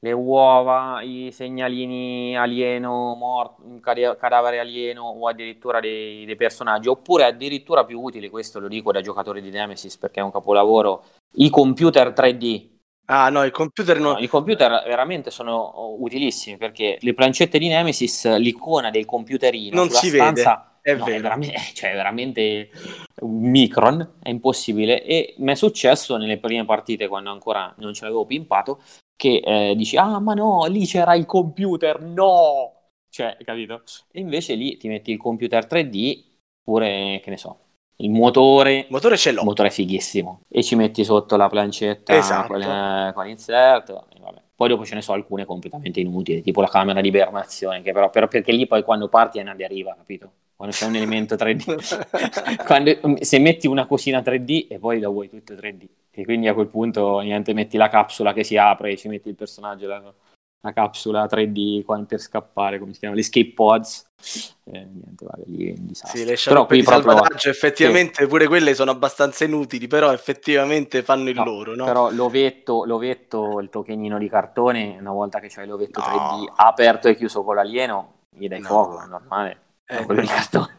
le uova, i segnalini alieno, cadavere alieno o addirittura dei personaggi, oppure addirittura più utili, questo lo dico da giocatore di Nemesis perché è un capolavoro, i computer 3D. Ah no, il computer No, i computer veramente sono utilissimi perché le plancette di Nemesis, l'icona del computerino non sulla si stanza vede, è no, vero. è veramente un micron, è impossibile. E mi è successo nelle prime partite, quando ancora non ce l'avevo pimpato, che dici, ah ma no, lì c'era il computer, no! Cioè, capito? E invece lì ti metti il computer 3D, oppure, che ne so, il motore Ce l'ho. il motore è fighissimo e ci metti sotto la plancetta Esatto. con l'inserto e vabbè. Poi dopo ce ne so alcune completamente inutili, tipo la camera di ibernazione, che però perché lì poi quando parti è una deriva, capito? Quando c'è un elemento 3D se metti una cosina 3D e poi la vuoi tutto 3D, e quindi a quel punto niente, metti la capsula che si apre e ci metti il personaggio, la capsula 3D per scappare, come si chiama, gli escape pods. Niente, vale, lì è un disastro. Sì, le scialuppe di proprio, salvataggio effettivamente sì, pure quelle sono abbastanza inutili, però effettivamente fanno il loro, no? Però l'ovetto, il tokenino di cartone, una volta che c'hai l'ovetto 3D aperto e chiuso con l'alieno, gli dai fuoco, è normale, quello di cartone.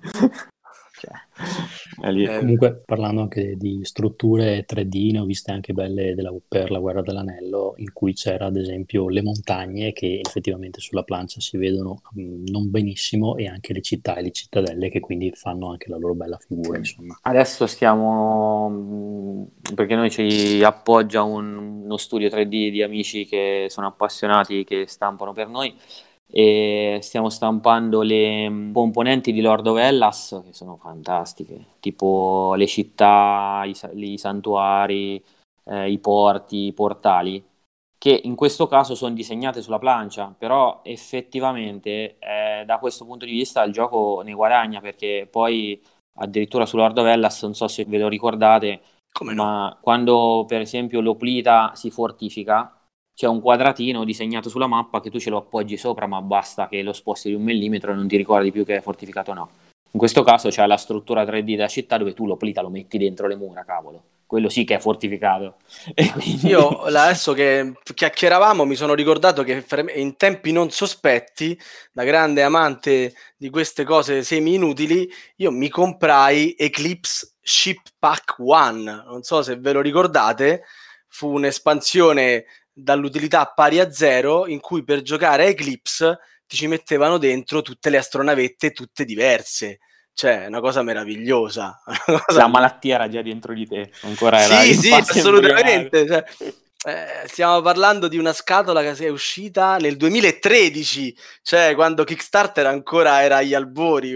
Comunque, parlando anche di strutture 3D, ne ho viste anche belle per la Guerra dell'Anello, in cui c'era ad esempio le montagne che effettivamente sulla plancia si vedono non benissimo, e anche le città e le cittadelle che quindi fanno anche la loro bella figura, insomma. Adesso stiamo, perché noi ci appoggia uno studio 3D di amici che sono appassionati, che stampano per noi, e stiamo stampando le componenti di Lord of Hellas, che sono fantastiche, tipo le città, i santuari, i porti, i portali, che in questo caso sono disegnate sulla plancia, però effettivamente da questo punto di vista il gioco ne guadagna, perché poi addirittura su Lord of Hellas, non so se ve lo ricordate, ma quando per esempio l'oplita si fortifica, c'è un quadratino disegnato sulla mappa che tu ce lo appoggi sopra, ma basta che lo sposti di 1 millimetro e non ti ricordi più che è fortificato o no. In questo caso c'è la struttura 3D della città dove tu l'oplita lo metti dentro le mura, cavolo. Quello sì che è fortificato. E quindi... Io adesso che chiacchieravamo mi sono ricordato che in tempi non sospetti, da grande amante di queste cose semi inutili, io mi comprai Eclipse Ship Pack 1, non so se ve lo ricordate, fu un'espansione dall'utilità pari a 0 in cui per giocare a Eclipse ti ci mettevano dentro tutte le astronavette, tutte diverse. Cioè, una cosa meravigliosa. La malattia era già dentro di te, ancora era sì, assolutamente. Cioè, stiamo parlando di una scatola che è uscita nel 2013, cioè quando Kickstarter ancora era agli albori.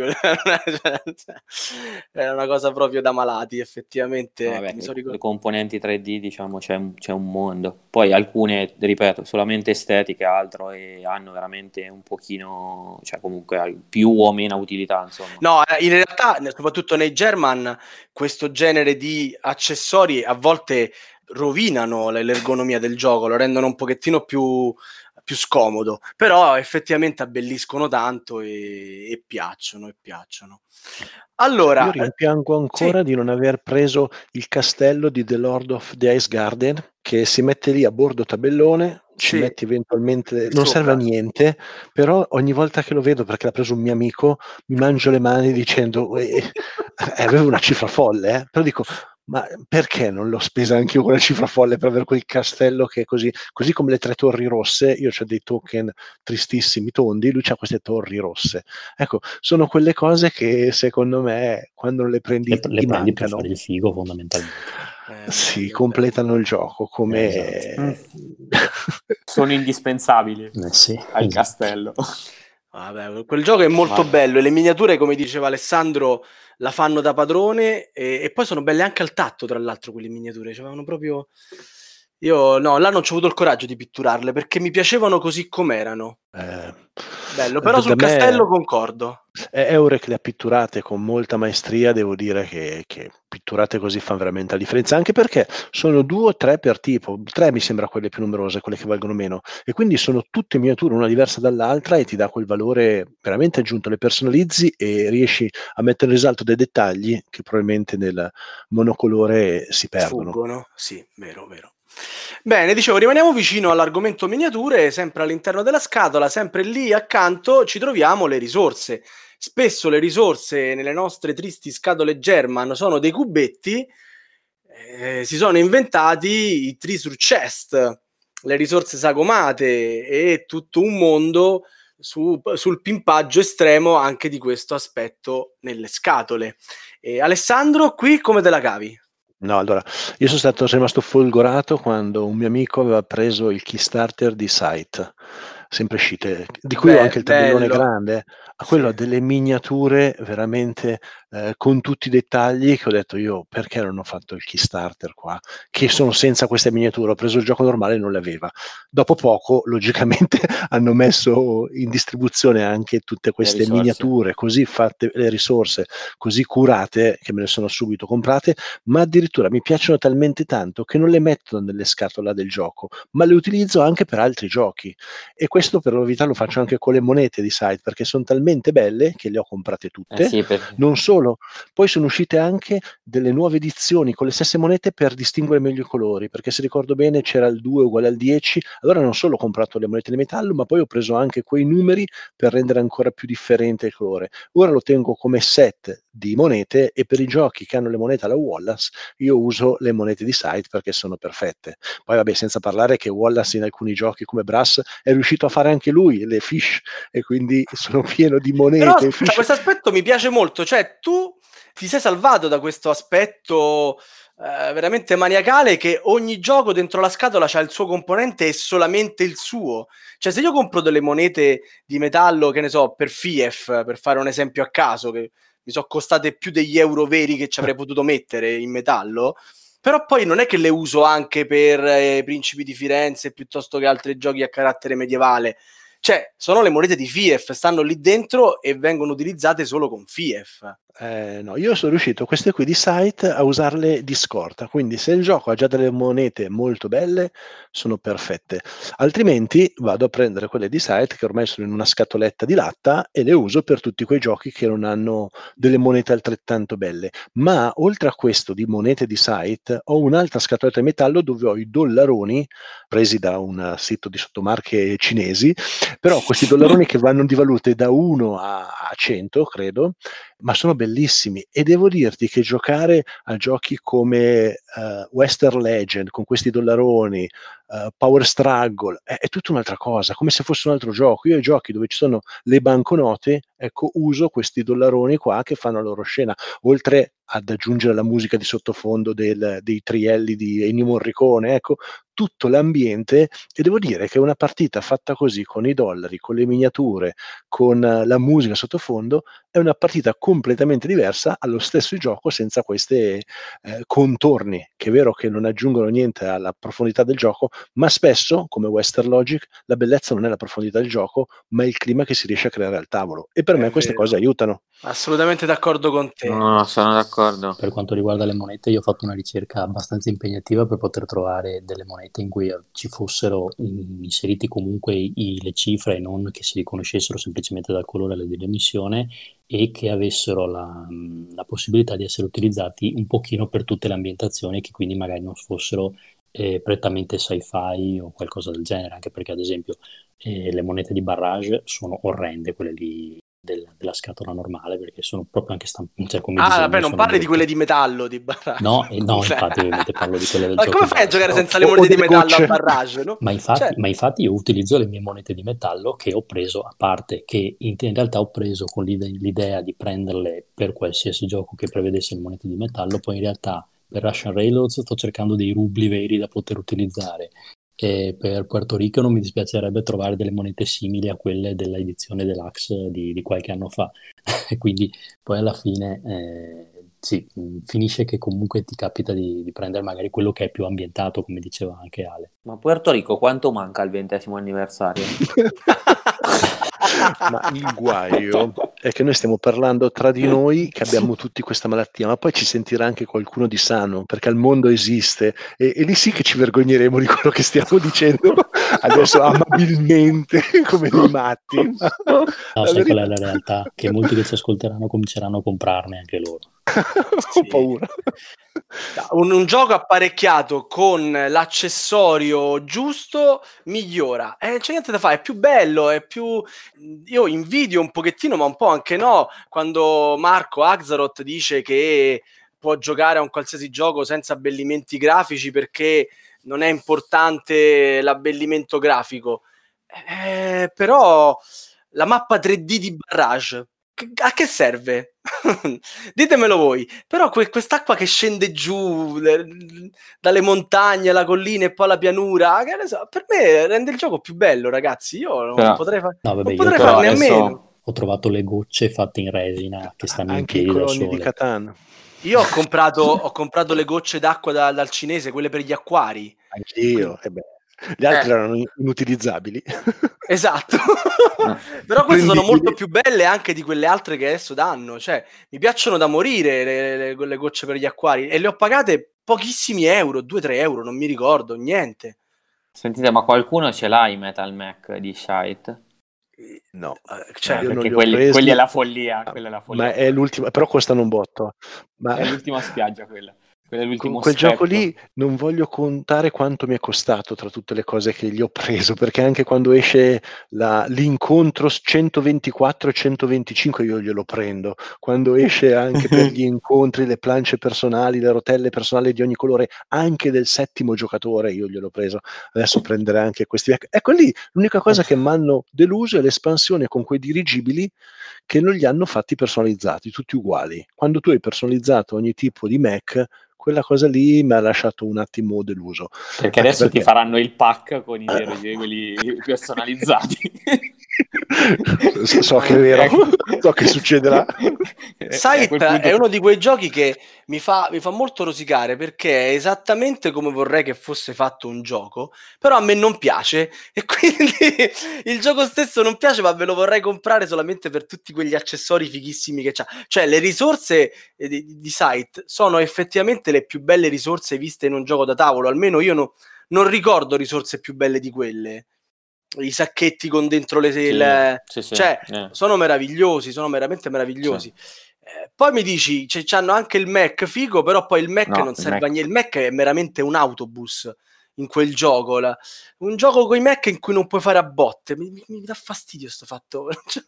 Era una cosa proprio da malati, effettivamente. Vabbè, le componenti 3D, diciamo, c'è un mondo. Poi alcune, ripeto, solamente estetiche, altro, e hanno veramente un pochino, cioè comunque più o meno utilità, insomma. No, in realtà, soprattutto nei German, questo genere di accessori a volte rovinano l'ergonomia del gioco, lo rendono un pochettino più scomodo, però effettivamente abbelliscono tanto e piacciono. Allora, io rimpiango ancora di non aver preso il castello di The Lord of the Ice Garden, che si mette lì a bordo tabellone, ci metti eventualmente, non serve a niente, però ogni volta che lo vedo, perché l'ha preso un mio amico, mi mangio le mani dicendo avevo una cifra folle, però dico, ma perché non l'ho spesa anche io quella cifra folle per avere quel castello che è così come le 3 torri rosse, io ho dei token tristissimi tondi, lui c'ha queste torri rosse. Ecco, sono quelle cose che secondo me quando non le prendi le prendi mancano. per fare il figo, fondamentalmente. Sì, completano il gioco come esatto. Sono indispensabili al castello. Vabbè, quel gioco è molto bello e le miniature, come diceva Alessandro, la fanno da padrone e poi sono belle anche al tatto, tra l'altro, quelle miniature. C'avevano proprio... Io là non c'ho avuto il coraggio di pitturarle perché mi piacevano così com'erano. Bello, però sul castello concordo. Eurek le ha pitturate con molta maestria, devo dire che pitturate così fanno veramente la differenza, anche perché sono 2 o 3 per tipo, 3 mi sembra quelle più numerose, quelle che valgono meno, e quindi sono tutte miniature, una diversa dall'altra, e ti dà quel valore veramente aggiunto, le personalizzi e riesci a mettere in risalto dei dettagli che probabilmente nel monocolore si perdono. Fuggono, sì, vero. Bene, dicevo, rimaniamo vicino all'argomento miniature, sempre all'interno della scatola, sempre lì accanto ci troviamo le risorse. Spesso le risorse nelle nostre tristi scatole German sono dei cubetti, si sono inventati i treasure chest, le risorse sagomate e tutto un mondo sul pimpaggio estremo anche di questo aspetto nelle scatole. Alessandro, qui come te la cavi? No, allora, io sono rimasto folgorato quando un mio amico aveva preso il Kickstarter di Site, sempre uscite, di cui ho anche il tabellone bello. grande, a quello ha Sì. delle miniature veramente con tutti i dettagli che ho detto io, perché non ho fatto il Kickstarter qua? Che sono senza queste miniature, ho preso il gioco normale e non le aveva. Dopo poco, logicamente, hanno messo in distribuzione anche tutte queste risorse. miniature così fatte, le risorse così curate, che me le sono subito comprate, ma addirittura mi piacciono talmente tanto che non le metto nelle scatole del gioco, ma le utilizzo anche per altri giochi. E questo per la verità lo faccio anche con le monete di Site, perché sono talmente belle che le ho comprate tutte. Sì, perché... Non solo, poi sono uscite anche delle nuove edizioni con le stesse monete per distinguere meglio i colori, perché se ricordo bene c'era il 2 uguale al 10, allora non solo ho comprato le monete di metallo, ma poi ho preso anche quei numeri per rendere ancora più differente il colore. Ora lo tengo come set di monete e per i giochi che hanno le monete alla Wallace io uso le monete di Site perché sono perfette. Poi vabbè, senza parlare che Wallace in alcuni giochi come Brass è riuscito a fare anche lui le fish e quindi sono pieno di monete. Però aspetta, questo aspetto mi piace molto, cioè tu ti sei salvato da questo aspetto veramente maniacale che ogni gioco dentro la scatola c'ha il suo componente e solamente il suo. Cioè se io compro delle monete di metallo, che ne so, per FIEF, per fare un esempio a caso, che mi sono costate più degli euro veri che ci avrei potuto mettere in metallo, però poi non è che le uso anche per Principi di Firenze piuttosto che altri giochi a carattere medievale. Cioè, sono le monete di FIEF, stanno lì dentro e vengono utilizzate solo con FIEF. No, io sono riuscito, queste qui di Site, a usarle di scorta, quindi se il gioco ha già delle monete molto belle, sono perfette. Altrimenti vado a prendere quelle di Site, che ormai sono in una scatoletta di latta, e le uso per tutti quei giochi che non hanno delle monete altrettanto belle. Ma oltre a questo di monete di Site, ho un'altra scatoletta di metallo dove ho i dollaroni, presi da un sito di sottomarche cinesi, però questi dollaroni che vanno di valute da 1 a 100, credo, ma sono bellissimi e devo dirti che giocare a giochi come Western Legend con questi dollaroni, Power Struggle è tutta un'altra cosa, come se fosse un altro gioco. Io ai giochi dove ci sono le banconote, ecco, uso questi dollaroni qua che fanno la loro scena, oltre ad aggiungere la musica di sottofondo dei trielli di Ennio Morricone, ecco, tutto l'ambiente, e devo dire che una partita fatta così, con i dollari, con le miniature, con la musica sottofondo, è una partita completamente diversa allo stesso gioco senza questi contorni, che è vero che non aggiungono niente alla profondità del gioco, ma spesso, come Western Logic, la bellezza non è la profondità del gioco, ma il clima che si riesce a creare al tavolo. E per me queste cose aiutano. Assolutamente d'accordo con te. No, sono d'accordo. Per quanto riguarda le monete, io ho fatto una ricerca abbastanza impegnativa per poter trovare delle monete in cui ci fossero inseriti comunque le cifre e non che si riconoscessero semplicemente dal colore dell'emissione e che avessero la possibilità di essere utilizzati un pochino per tutte le ambientazioni, che quindi magari non fossero prettamente sci-fi o qualcosa del genere, anche perché ad esempio le monete di Barrage sono orrende, quelle lì della scatola normale, perché sono proprio anche cioè, come disegno, vabbè, non parli brutte. di quelle di metallo di Barrage. No, infatti ovviamente parlo di quelle del Ma gioco come fai a base. giocare senza le monete di metallo a Barrage, no? Ma infatti io utilizzo le mie monete di metallo che ho preso, a parte che in realtà ho preso con l'idea di prenderle per qualsiasi gioco che prevedesse le monete di metallo, poi in realtà per Russian Railroads sto cercando dei rubli veri da poter utilizzare. E per Puerto Rico non mi dispiacerebbe trovare delle monete simili a quelle della edizione deluxe di qualche anno fa. E quindi poi alla fine sì, finisce che comunque ti capita di prendere magari quello che è più ambientato, come diceva anche Ale. Ma Puerto Rico quanto manca al 20° anniversario? Ma il guaio è che noi stiamo parlando tra di noi che abbiamo tutti questa malattia, ma poi ci sentirà anche qualcuno di sano, perché il mondo esiste e lì sì che ci vergogneremo di quello che stiamo dicendo adesso amabilmente come dei matti. No, sai qual è la realtà? Che molti che ci ascolteranno cominceranno a comprarne anche loro. Ho paura. Un gioco apparecchiato con l'accessorio giusto migliora, c'è niente da fare, è più bello, è più... Io invidio un pochettino, ma un po' anche no, quando Marco Axaroth dice che può giocare a un qualsiasi gioco senza abbellimenti grafici perché non è importante l'abbellimento grafico. Però la mappa 3D di Barrage a che serve? Ditemelo voi. Però quest'acqua che scende giù dalle montagne, la collina e poi la pianura, che ne so, per me rende il gioco più bello, ragazzi. Io non Però- potrei, No, vabbè, non io potrei però farne a adesso- meno. ho trovato le gocce fatte in resina che stanno in Anche i piedi da coloni di sole. Catan. Io ho comprato le gocce d'acqua dal cinese, quelle per gli acquari. Anch'io. Gli altri erano inutilizzabili. Esatto. Però queste sono Prendibili. molto più belle anche di quelle altre che adesso danno. Cioè, mi piacciono da morire le gocce per gli acquari e le ho pagate pochissimi euro, 2-3 euro, non mi ricordo, niente. Sentite, ma qualcuno ce l'ha i Metal Mac di Shite? No, Cioè, io non Perché li ho presi. quelli è la follia, quella è la follia. Ma è l'ultima, però costano un botto. Ma È l'ultima spiaggia quella. Quello è l'ultimo con quel step. gioco lì non voglio contare quanto mi è costato tra tutte le cose che gli ho preso, perché anche quando esce l'incontro 124 e 125 io glielo prendo, quando esce anche per gli incontri le planche personali, le rotelle personali di ogni colore, anche del 7° giocatore io gliel'ho preso. Adesso prenderei anche questi. Ecco lì, l'unica cosa che mi hanno deluso è l'espansione con quei dirigibili che non li hanno fatti personalizzati, tutti uguali. Quando tu hai personalizzato ogni tipo di Mac, quella cosa lì mi ha lasciato un attimo deluso. Perché adesso ti faranno il pack con i dirigibili personalizzati. So che è vero, so che succederà. Sight è uno di quei giochi che mi fa molto rosicare perché è esattamente come vorrei che fosse fatto un gioco, però a me non piace e quindi il gioco stesso non piace, ma ve lo vorrei comprare solamente per tutti quegli accessori fighissimi che c'ha. Cioè le risorse di Sight sono effettivamente le più belle risorse viste in un gioco da tavolo, almeno io non ricordo risorse più belle di quelle. I sacchetti con dentro Sì, cioè sono meravigliosi, sono veramente meravigliosi. Poi mi dici c'hanno anche il Mac figo, però poi il Mac non serve a niente. Il Mac è meramente un autobus in quel gioco un gioco con i Mac in cui non puoi fare a botte. Mi dà fastidio sto fatto.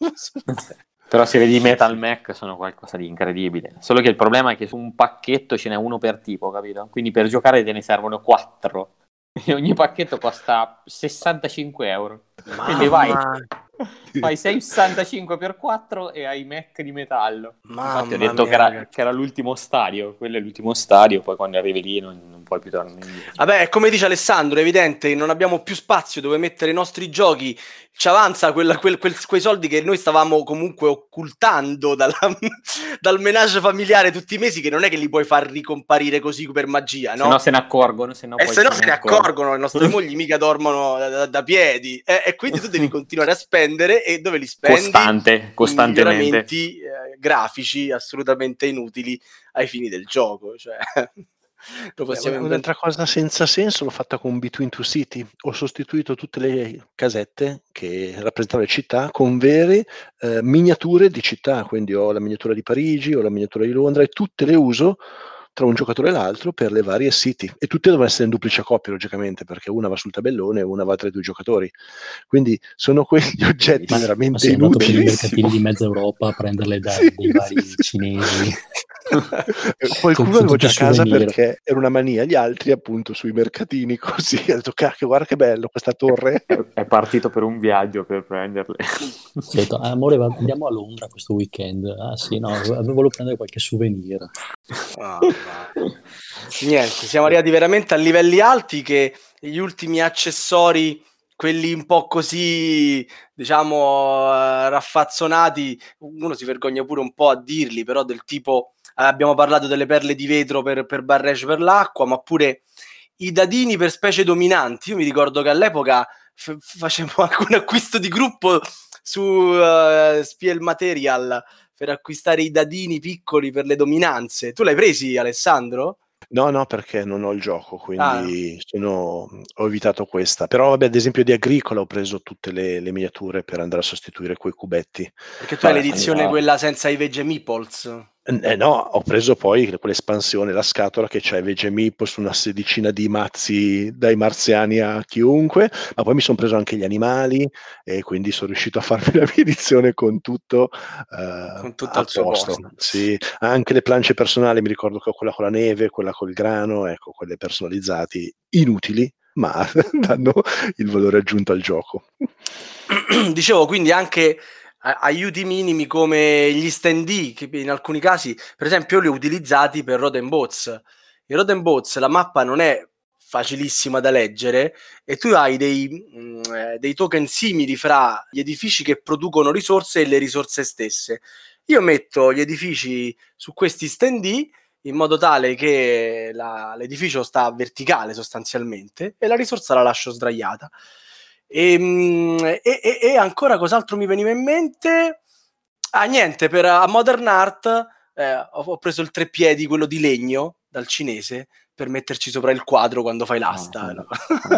Però se vedi Metal Mac sono qualcosa di incredibile, solo che il problema è che su un pacchetto ce n'è uno per tipo, capito? Quindi per giocare te ne servono 4 e ogni pacchetto costa 65 euro. Quindi fai 6,65 per 4 e hai Mac di metallo. Infatti ho detto che era l'ultimo stadio, quello è l'ultimo stadio, poi quando arrivi lì non puoi più tornare indietro. Vabbè, come dice Alessandro, è evidente che non abbiamo più spazio dove mettere i nostri giochi, ci avanza quei soldi che noi stavamo comunque occultando dal menage familiare tutti i mesi, che non è che li puoi far ricomparire così per magia, no? Se no se ne accorgorno, se no se ne accorgono, le nostre mogli mica dormono da piedi, e quindi tu devi continuare a spendere, e dove li spendi? Costantemente. Miglioramenti grafici assolutamente inutili ai fini del gioco, cioè... Un'altra cosa senza senso l'ho fatta con Between Two City. Ho sostituito tutte le casette che rappresentavano le città con vere miniature di città, quindi ho la miniatura di Parigi, ho la miniatura di Londra, e tutte le uso tra un giocatore e l'altro per le varie city, e tutte devono essere in duplice coppia logicamente, perché una va sul tabellone e una va tra i 2 giocatori, quindi sono quegli oggetti veramente inutili. Per i mercatini di mezza Europa a prenderle dai vari cinesi. Qualcuno avevo già a casa perché era una mania, gli altri appunto sui mercatini così. Ho detto cacchio, guarda che bello questa torre. È partito per un viaggio per prenderle. Ho detto, amore, andiamo a Londra questo weekend. Ah sì, no, volevo prendere qualche souvenir. Niente, siamo arrivati veramente a livelli alti, che gli ultimi accessori, quelli un po' così, diciamo, raffazzonati, uno si vergogna pure un po' a dirli, però del tipo, abbiamo parlato delle perle di vetro per Barrage per l'acqua, ma pure i dadini per specie dominanti. Io mi ricordo che all'epoca facevo anche un acquisto di gruppo su Spiel Material per acquistare i dadini piccoli per le dominanze. Tu l'hai presi, Alessandro? No, perché non ho il gioco, quindi ho evitato questa. Però vabbè, ad esempio di Agricola ho preso tutte le miniature per andare a sostituire quei cubetti. Perché tu hai l'edizione quella senza i veggie meeples. No, ho preso poi quell'espansione, la scatola che c'è Vege Meeples, una sedicina di mazzi dai marziani a chiunque, ma poi mi sono preso anche gli animali e quindi sono riuscito a farmi la mia edizione con tutto Con tutto a al suo posto. posto. Sì, anche le planche personali, mi ricordo che ho quella con la neve, quella col grano, ecco, quelle personalizzati, inutili, ma danno il valore aggiunto al gioco. Dicevo, quindi anche aiuti minimi come gli stand che in alcuni casi, per esempio, io li ho utilizzati per Road and Boats. In Road and Boats la mappa non è facilissima da leggere e tu hai dei token simili fra gli edifici che producono risorse e le risorse stesse. Io metto gli edifici su questi stand in modo tale che l'edificio sta verticale sostanzialmente e la risorsa la lascio sdraiata. E ancora cos'altro mi veniva in mente? Ah, niente, a Modern Art ho preso il treppiedi, quello di legno, dal cinese, per metterci sopra il quadro quando fai l'asta. No?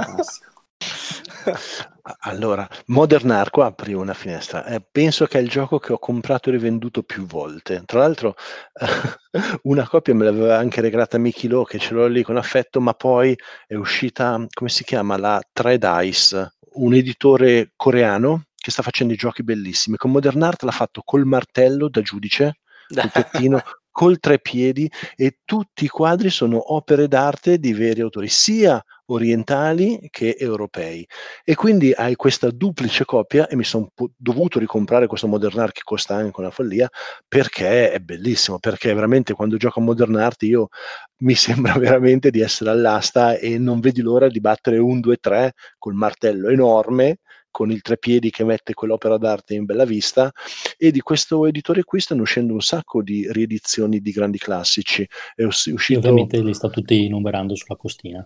Allora, Modern Art, qua apri una finestra. Penso che è il gioco che ho comprato e rivenduto più volte. Tra l'altro, una copia me l'aveva anche regalata Mickey Lo, che ce l'ho lì con affetto, ma poi è uscita, come si chiama? La 3 Dice, un editore coreano che sta facendo i giochi bellissimi. Con Modern Art l'ha fatto col martello da giudice, col tettino, col treppiedi, e tutti i quadri sono opere d'arte di veri autori, sia orientali che europei, e quindi hai questa duplice copia e mi sono dovuto ricomprare questo Modern Art che costa anche una follia, perché è bellissimo, perché veramente quando gioco a Modern Art io mi sembra veramente di essere all'asta e non vedi l'ora di battere 1, 2, 3 col martello enorme, con il treppiedi che mette quell'opera d'arte in bella vista. E di questo editore qui stanno uscendo un sacco di riedizioni di grandi classici. È uscito... Io ovviamente li sta tutti numerando sulla costina.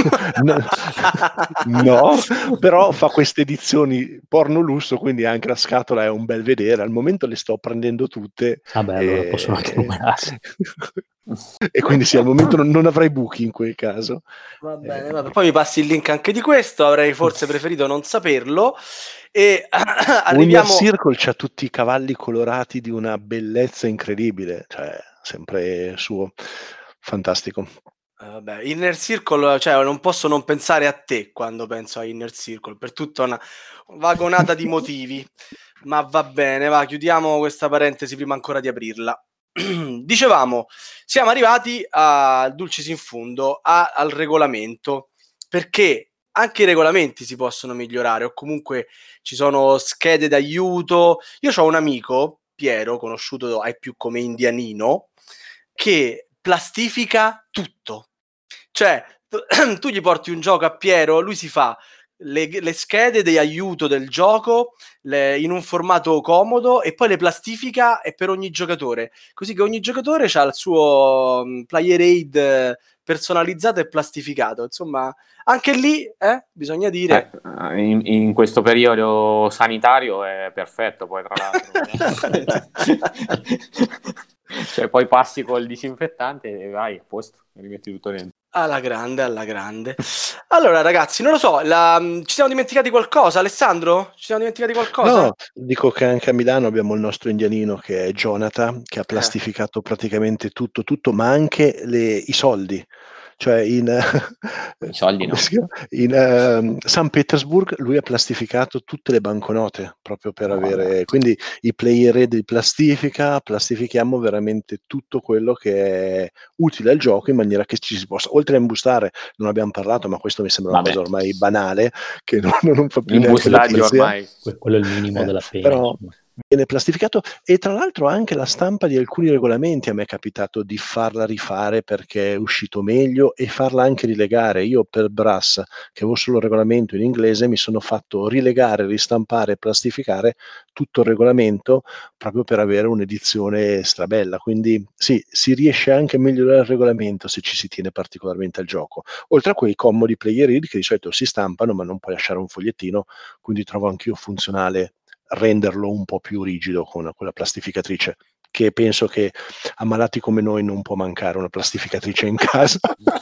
No, però fa queste edizioni porno lusso, quindi anche la scatola è un bel vedere. Al momento le sto prendendo tutte. Allora possono anche numerarsi. E quindi sì, al momento non avrai buchi in quel caso. Va bene, vabbè. Poi mi passi il link anche di questo, avrei forse preferito non saperlo. E arriviamo... Winner Circle c'ha tutti i cavalli colorati di una bellezza incredibile, cioè sempre suo, fantastico. Vabbè, Inner Circle, cioè non posso non pensare a te quando penso a Inner Circle, per tutta una vagonata di motivi, ma va bene, va, chiudiamo questa parentesi prima ancora di aprirla. Dicevamo, siamo arrivati al dulcis in fundo, al regolamento, perché anche i regolamenti si possono migliorare, o comunque ci sono schede d'aiuto. Io ho un amico, Piero, conosciuto ai più come Indianino, che plastifica tutto. Cioè, tu gli porti un gioco a Piero, lui si fa le schede di aiuto del gioco in un formato comodo e poi le plastifica e per ogni giocatore, così che ogni giocatore ha il suo player aid personalizzato e plastificato. Insomma, anche lì bisogna dire in questo periodo sanitario è perfetto, poi tra l'altro cioè poi passi col disinfettante e vai a posto, rimetti tutto dentro. Alla grande, alla grande. Allora ragazzi, non lo so, ci siamo dimenticati qualcosa? Alessandro? Ci siamo dimenticati qualcosa? No, dico che anche a Milano abbiamo il nostro indianino che è Jonathan, che ha plastificato praticamente tutto, ma anche i soldi. Cioè in soldi no. in San Petersburg lui ha plastificato tutte le banconote proprio per avere, quindi i player aid di plastifichiamo veramente tutto quello che è utile al gioco, in maniera che ci si possa, oltre a imbustare, non abbiamo parlato, ma questo mi sembra una cosa ormai banale, che non fa più l'imbustaggio ormai, quello è il minimo della pena, però viene plastificato. E tra l'altro anche la stampa di alcuni regolamenti a me è capitato di farla rifare perché è uscito meglio, e farla anche rilegare. Io per Brass, che avevo solo il regolamento in inglese, mi sono fatto rilegare, ristampare e plastificare tutto il regolamento proprio per avere un'edizione strabella. Quindi sì, si riesce anche a migliorare il regolamento se ci si tiene particolarmente al gioco, oltre a quei comodi player aid che di solito si stampano ma non puoi lasciare un fogliettino, quindi trovo anch'io funzionale renderlo un po' più rigido con quella plastificatrice, che penso che a malati come noi non può mancare una plastificatrice in casa.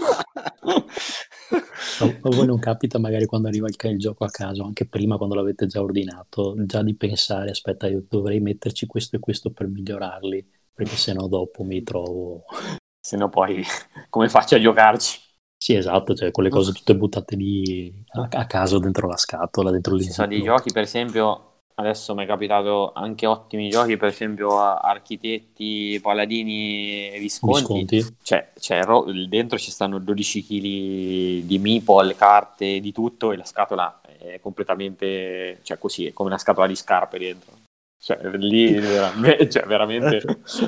A voi non capita magari quando arriva il gioco a caso, anche prima quando l'avete già ordinato, già di pensare, aspetta, io dovrei metterci questo e questo per migliorarli, perché sennò dopo mi trovo... Se no poi come faccio a giocarci? Sì, esatto, cioè quelle cose tutte buttate lì a caso dentro la scatola, dentro Ci sono dei l'inzippo. giochi, per esempio, adesso mi è capitato anche ottimi giochi, per esempio Architetti, Paladini e Visconti. Visconti. Dentro ci stanno 12 kg di meeple, carte, di tutto, e la scatola è completamente, cioè così, è come una scatola di scarpe dentro. Cioè, lì veramente...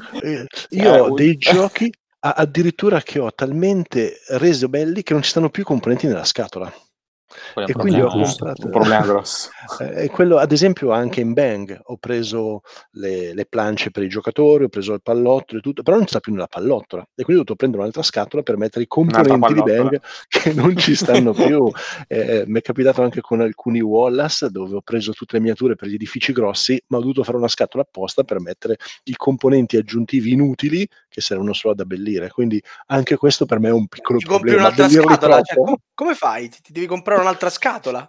Io ho dei giochi addirittura che ho talmente reso belli che non ci stanno più i componenti nella scatola. Quello è E quindi ho un comprato problema grosso. e quello, ad esempio, anche in Bang ho preso le planche per i giocatori, ho preso il pallottolo e tutto, però non sta più nella pallottola, e quindi ho dovuto prendere un'altra scatola per mettere i componenti di Bang che non ci stanno più. Mi è capitato anche con alcuni Wallace, dove ho preso tutte le miniature per gli edifici grossi, ma ho dovuto fare una scatola apposta per mettere i componenti aggiuntivi inutili che servono solo ad abbellire. Quindi anche questo per me è un piccolo Ti compri problema. un'altra Abbellirli scatola? Cioè, troppo. come fai? Ti devi comprare un'altra scatola?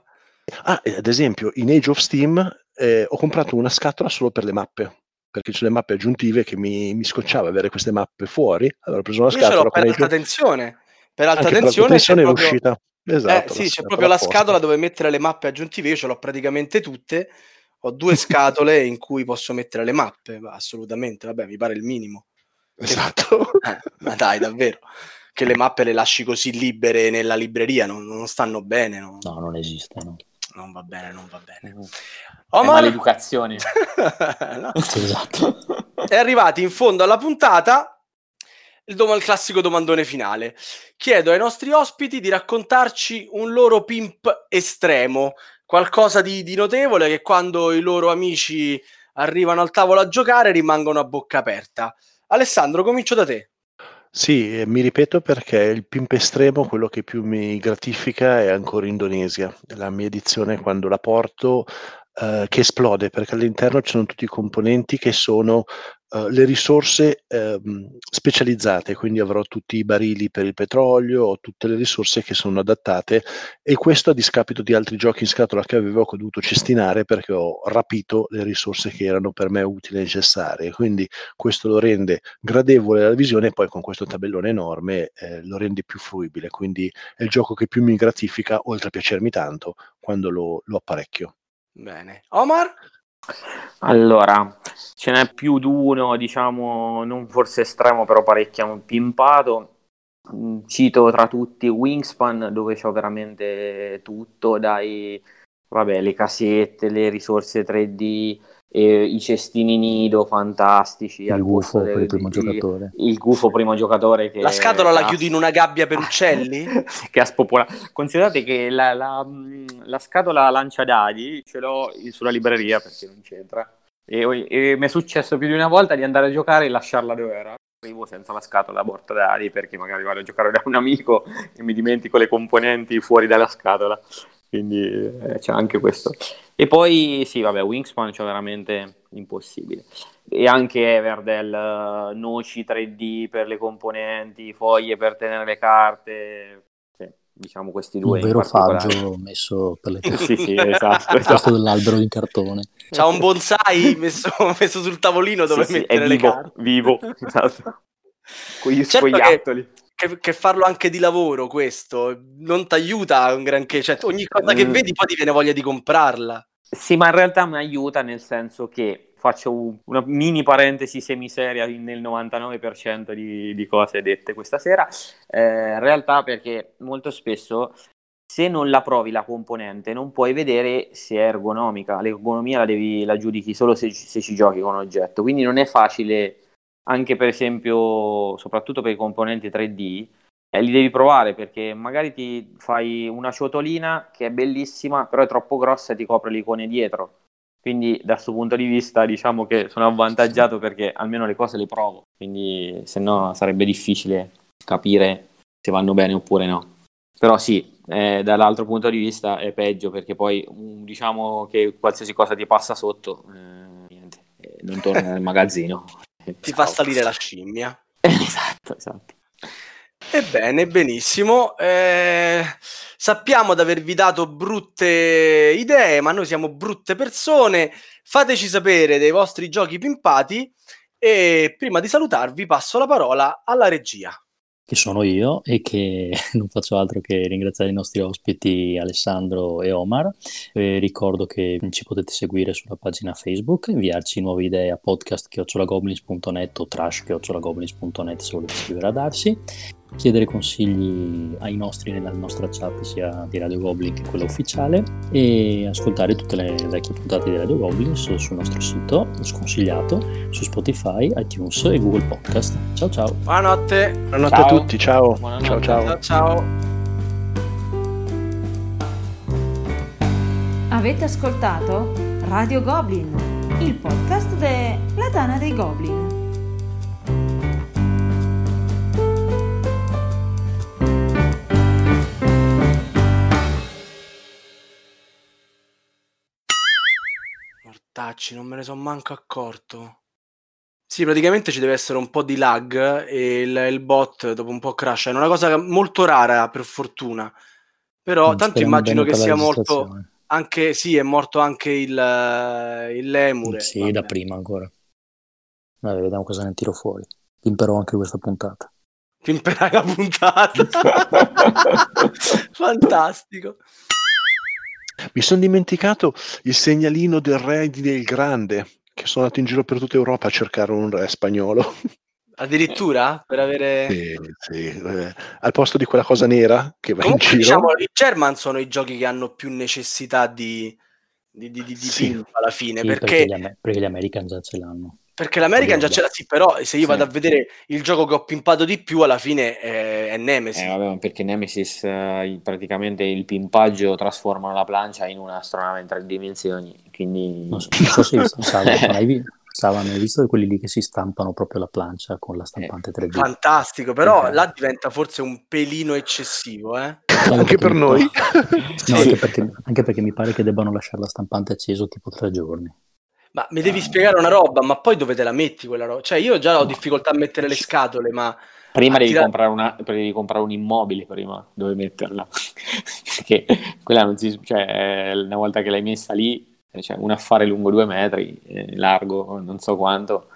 Ad esempio, in Age of Steam ho comprato una scatola solo per le mappe, perché c'è le mappe aggiuntive che mi scocciava avere queste mappe fuori. Allora ho preso una Io ce l'ho scatola per con alta Age of... tensione. Per alta Anche per alta tensione c'è tensione è proprio... uscita. Esatto, sì, la c'è proprio scatola la apposta. scatola dove mettere le mappe aggiuntive. Io ce l'ho praticamente tutte. Ho 2 scatole in cui posso mettere le mappe. Assolutamente, vabbè, mi pare il minimo. Esatto. Ma dai, davvero. Che le mappe le lasci così libere nella libreria non stanno bene. No, non esiste, no. Non va bene, non va bene. È maleducazione. No. Esatto. È arrivati in fondo alla puntata il classico domandone finale. Chiedo ai nostri ospiti di raccontarci un loro pimp estremo, qualcosa di notevole che quando i loro amici arrivano al tavolo a giocare rimangono a bocca aperta. Alessandro, comincio da te. Sì, mi ripeto perché il pimp estremo, quello che più mi gratifica è ancora Indonesia. La mia edizione, quando la porto, che esplode, perché all'interno ci sono tutti i componenti che sono le risorse specializzate, quindi avrò tutti i barili per il petrolio, ho tutte le risorse che sono adattate, e questo a discapito di altri giochi in scatola che avevo, che ho dovuto cestinare perché ho rapito le risorse che erano per me utili e necessarie. Quindi questo lo rende gradevole la visione, e poi con questo tabellone enorme lo rende più fruibile, quindi è il gioco che più mi gratifica, oltre a piacermi tanto, quando lo apparecchio. Bene. Omar? Allora, ce n'è più di uno, diciamo, non forse estremo, però parecchio pimpato. Cito tra tutti Wingspan, dove c'ho veramente tutto, le casette, le risorse 3D, i cestini nido fantastici, Il gufo per il primo giocatore. Il gufo primo giocatore che la scatola la chiudi in una gabbia per uccelli? Che ha spopolato. Considerate che la scatola lancia dadi ce l'ho sulla libreria perché non c'entra, e mi è successo più di una volta di andare a giocare e lasciarla dove era. Arrivo senza la scatola porta dadi perché magari vado a giocare da un amico e mi dimentico le componenti fuori dalla scatola, quindi c'è anche questo. E poi sì, vabbè, Wingspan c'è veramente impossibile. E anche Everdell, noci 3D per le componenti, foglie per tenere le carte, sì, diciamo questi due. Un vero faggio messo per le sì, esatto. Questo dell'albero in cartone. C'ha un bonsai messo sul tavolino dove mettere le carte. Vivo, esatto. Con gli certo scoiattoli. Che farlo anche di lavoro, questo non ti aiuta un granché, cioè ogni cosa che vedi poi ti viene voglia di comprarla. Sì, ma in realtà mi aiuta, nel senso che faccio una mini parentesi semiseria nel 99% di cose dette questa sera, in realtà, perché molto spesso se non la provi la componente non puoi vedere se è ergonomica. L'ergonomia la giudichi solo se ci giochi con oggetto, quindi non è facile, anche per esempio soprattutto per i componenti 3D, li devi provare, perché magari ti fai una ciotolina che è bellissima però è troppo grossa e ti copre l'icone dietro, quindi da questo punto di vista diciamo che sono avvantaggiato perché almeno le cose le provo, quindi se no sarebbe difficile capire se vanno bene oppure no. Però sì, dall'altro punto di vista è peggio, perché poi diciamo che qualsiasi cosa ti passa sotto, niente, non torna nel magazzino. Ti fa salire la scimmia. Esatto. Ebbene, benissimo. Sappiamo di avervi dato brutte idee, ma noi siamo brutte persone. Fateci sapere dei vostri giochi pimpati E prima di salutarvi passo la parola alla regia. Che sono io e che non faccio altro che ringraziare i nostri ospiti Alessandro e Omar. Ricordo che ci potete seguire sulla pagina Facebook, inviarci nuove idee a podcast@goblins.net o trash@goblins.net se volete scrivere a Darsi, chiedere consigli ai nostri nella nostra chat sia di Radio Goblin che quella ufficiale e ascoltare tutte le vecchie puntate di Radio Goblins sul nostro sito sconsigliato su Spotify, iTunes e Google Podcast. Ciao ciao. Buonanotte. Buonanotte a tutti, ciao. Buonanotte. Ciao. Ciao. Avete ascoltato Radio Goblin, il podcast della Tana dei Goblin. Mortacci, non me ne sono manco accorto. Sì, praticamente ci deve essere un po' di lag e il bot dopo un po' crash. È una cosa molto rara, per fortuna. Però tanto Speriamo immagino bene che per la sia morto registrazione. anche... Sì, è morto anche il lemure. Sì, Vabbè. da prima ancora. Vabbè, vediamo cosa ne tiro fuori. Pimperò anche questa puntata. Pimperai la puntata. Fantastico. Mi sono dimenticato il segnalino del re del grande, che sono andato in giro per tutta Europa a cercare un re spagnolo. Addirittura? Per avere... Sì, al posto di quella cosa nera che va Comunque, in giro. diciamo, i German sono i giochi che hanno più necessità di Sì. pimp alla fine, Sì, perché perché gli American già ce l'hanno. Perché l'American già ce l'ha, sì, però se io Sì. vado a vedere il gioco che ho pimpato di più, alla fine è Nemesis. Vabbè, perché Nemesis praticamente il pimpaggio trasforma la plancia in un'astronave in 3 dimensioni, quindi... Non so se hai visto, Sava, hai visto quelli lì che si stampano proprio la plancia con la stampante 3D? Fantastico, però Ok. là diventa forse un pelino eccessivo, eh? Anche per noi. No, anche perché mi pare che debbano lasciare la stampante acceso tipo 3 giorni. Ma mi devi spiegare una roba, ma poi dove te la metti quella roba? Cioè io già ho difficoltà a mettere le scatole, ma... Prima a devi tirare- comprare un immobile prima dove metterla, perché quella non si... cioè una volta che l'hai messa lì, cioè un affare lungo 2 metri, largo non so quanto,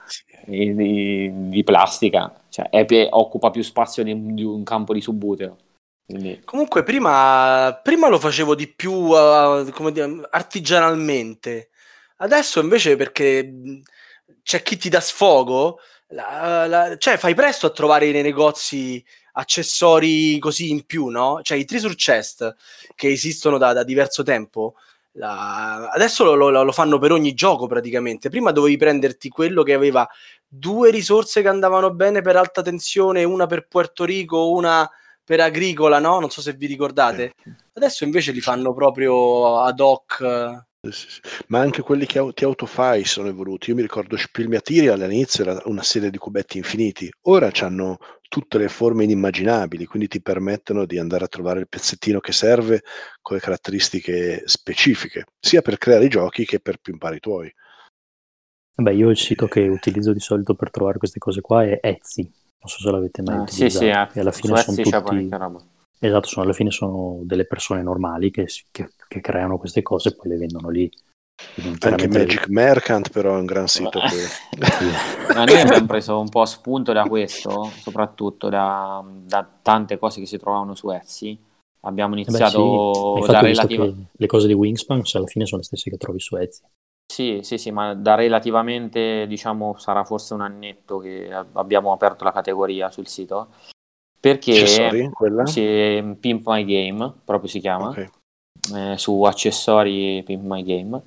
di plastica, cioè occupa più spazio di un campo di subbuteo. Quindi... Comunque prima lo facevo di più come dire, artigianalmente. Adesso invece perché c'è chi ti dà sfogo, cioè fai presto a trovare nei negozi accessori così in più, no? Cioè i treasure chest che esistono da diverso tempo, adesso lo fanno per ogni gioco praticamente. Prima dovevi prenderti quello che aveva 2 risorse che andavano bene per alta tensione, una per Puerto Rico, una per agricola, no? Non so se vi ricordate. Adesso invece li fanno proprio ad hoc. Sì. Ma anche quelli che ti autofai sono evoluti. Io mi ricordo Spielmeatiri all'inizio era una serie di cubetti infiniti, ora hanno tutte le forme inimmaginabili, quindi ti permettono di andare a trovare il pezzettino che serve con le caratteristiche specifiche, sia per creare i giochi che per pimpare i tuoi. Beh, io il sito che utilizzo di solito per trovare queste cose qua è Etsy. Non so se l'avete mai utilizzato. Sì, E alla fine sono c'è tutti... parecchia roba. Esatto, alla fine sono delle persone normali che creano queste cose e poi le vendono lì. Anche Magic Merchant però è un gran sito. Ma noi abbiamo preso un po' spunto da questo, soprattutto da tante cose che si trovavano su Etsy. Abbiamo iniziato da le cose di Wingspan alla fine sono le stesse che trovi su Etsy. Sì, ma da relativamente, diciamo, sarà forse un annetto che abbiamo aperto la categoria sul sito. Perché sì, Pimp My Game proprio si chiama, okay. Su accessori Pimp My Game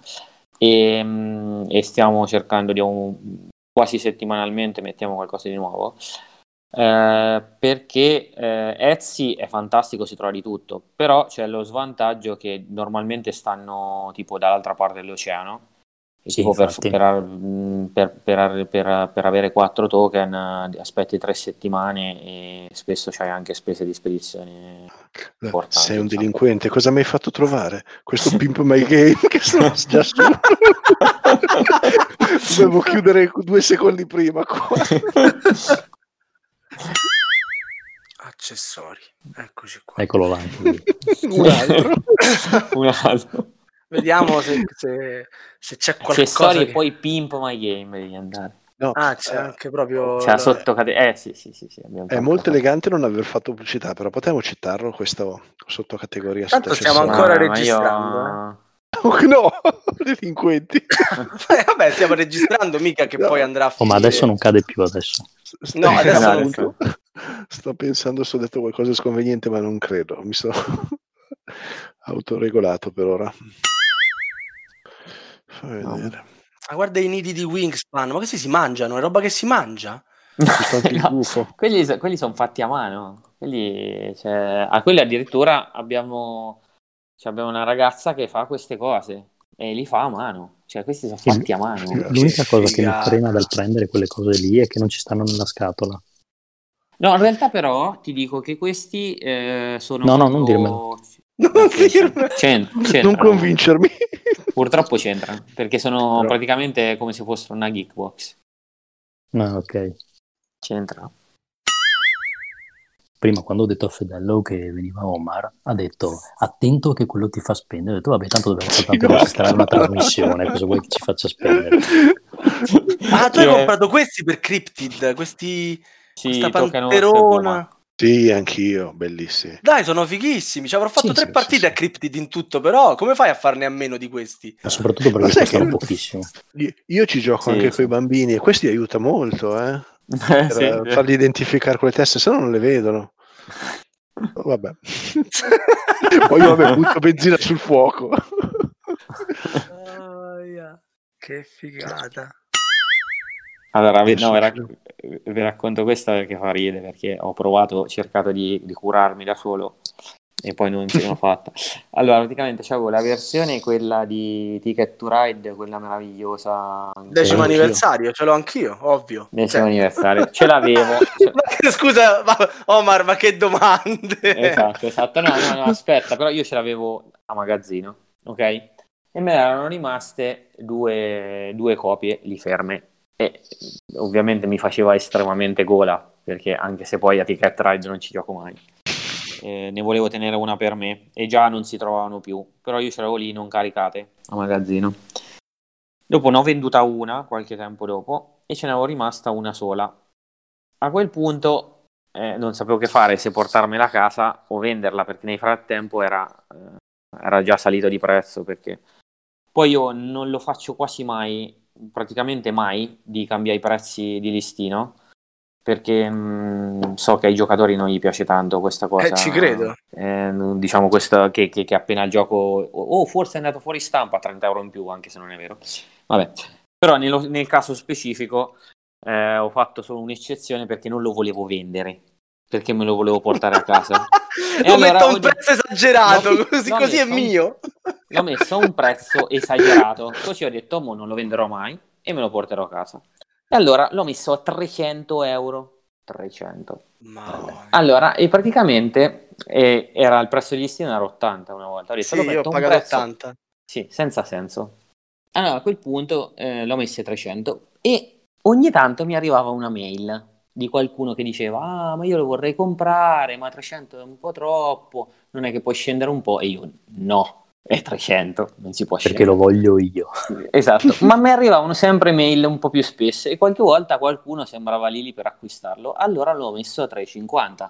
e stiamo cercando quasi settimanalmente mettiamo qualcosa di nuovo perché Etsy è fantastico, si trova di tutto, però c'è lo svantaggio che normalmente stanno tipo dall'altra parte dell'oceano. Sì, tipo per avere 4 token aspetti 3 settimane e spesso c'hai anche spese di spedizione importanti. Sei un delinquente, cosa mi hai fatto trovare? Questo Pimp My Game che sono già su. Dovevo chiudere 2 secondi prima qua. Accessori, eccoci qua. Eccolo là. Un altro. Vediamo se c'è qualcosa. Accessori e poi Pimp My Game devi andare. No, c'è anche proprio... C'è la sottocategoria. Sì, abbiamo è molto elegante non aver fatto pubblicità, però potremmo citarlo questa sottocategoria. Tanto stiamo accessoria. ancora Ma registrando. No, delinquenti. Vabbè, stiamo registrando, mica che No. poi andrà a Oh, ma finire... adesso non cade più adesso. No, adesso non adesso. Sto pensando se ho detto qualcosa di sconveniente, ma non credo. Mi sto autoregolato per ora. Fammi vedere. Ma guarda i nidi di Wingspan, ma questi si mangiano? È roba che si mangia? Visto anche il No, gufo. quelli sono fatti a mano. Quelli addirittura abbiamo una ragazza che fa queste cose e li fa a mano. Cioè, questi sono fatti a mano. L'unica cosa che mi figata. frena dal prendere quelle cose lì è che non ci stanno nella scatola. No, in realtà però ti dico che questi sono No, proprio... non dirmelo. Non dirmelo. C'entrano. Non convincermi. Purtroppo c'entrano, perché sono Però- praticamente come se fossero una Geekbox. No, ok. C'entrano. Prima quando ho detto a Fedello che veniva Omar, ha detto attento che quello ti fa spendere. Ho detto vabbè, tanto dobbiamo soltanto registrare una trasmissione, cosa vuoi che ci faccia spendere? Ah, tu hai comprato questi per Cryptid, questi... Sì, questa toccano orso e panterona... Sì, anch'io, bellissimi. Dai, sono fighissimi. Ci avrò fatto Sì, 3 sì, partite sì, a Cryptid in tutto, però come fai a farne a meno di questi? Ma soprattutto Ma perché sai costano che- pochissimo. Io ci gioco Sì, anche sì. con i bambini e questo aiuta molto, per Sì. farli identificare con le teste, se no non le vedono. Vabbè. Poi io butto benzina sul fuoco. Che figata. Allora, vi Adesso racconto questa perché fa ridere, perché ho cercato di curarmi da solo e poi non ce l'ho fatta. Allora, praticamente c'avevo la versione, quella di Ticket to Ride, quella meravigliosa. 10° anch'io. anniversario, ce l'ho anch'io, ovvio. 10° anniversario. Ce l'avevo. Scusa, Omar, ma che domande! Esatto. No, aspetta, però io ce l'avevo a magazzino, ok? E me ne erano rimaste due copie lì ferme. E ovviamente mi faceva estremamente gola, perché anche se poi a Ticket Ride non ci gioco mai, ne volevo tenere una per me e già non si trovavano più, però io ce l'avevo lì non caricate a magazzino. Dopo ne ho venduta una qualche tempo dopo e ce ne avevo rimasta una sola. A quel punto non sapevo che fare, se portarmela a casa o venderla, perché nel frattempo era già salito di prezzo, perché poi io non lo faccio quasi mai, praticamente mai, di cambiare i prezzi di listino, perché so che ai giocatori non gli piace tanto questa cosa. Ci credo. Diciamo questo che appena il gioco forse è andato fuori stampa, 30 euro in più, anche se non è vero. Vabbè, però nel caso specifico ho fatto solo un'eccezione perché non lo volevo vendere, perché me lo volevo portare a casa. E Lo allora metto a un prezzo esagerato, l'ho così è messo mio. L'ho messo a un prezzo esagerato, così ho detto mo non lo venderò mai e me lo porterò a casa. E allora l'ho messo a 300 euro. 300. Allora, e praticamente era il prezzo di listino, era 80 una volta. Ho detto, Sì, io ho pagato 80. Sì, senza senso. Allora, a quel punto l'ho messo a 300 e ogni tanto mi arrivava una mail di qualcuno che diceva ma io lo vorrei comprare, ma 300 è un po' troppo, non è che puoi scendere un po'? E io no, è 300, non si può Perché scendere. lo voglio io. Esatto, ma mi arrivavano sempre mail un po' più spesse e qualche volta qualcuno sembrava lì per acquistarlo, allora l'ho messo a 3,50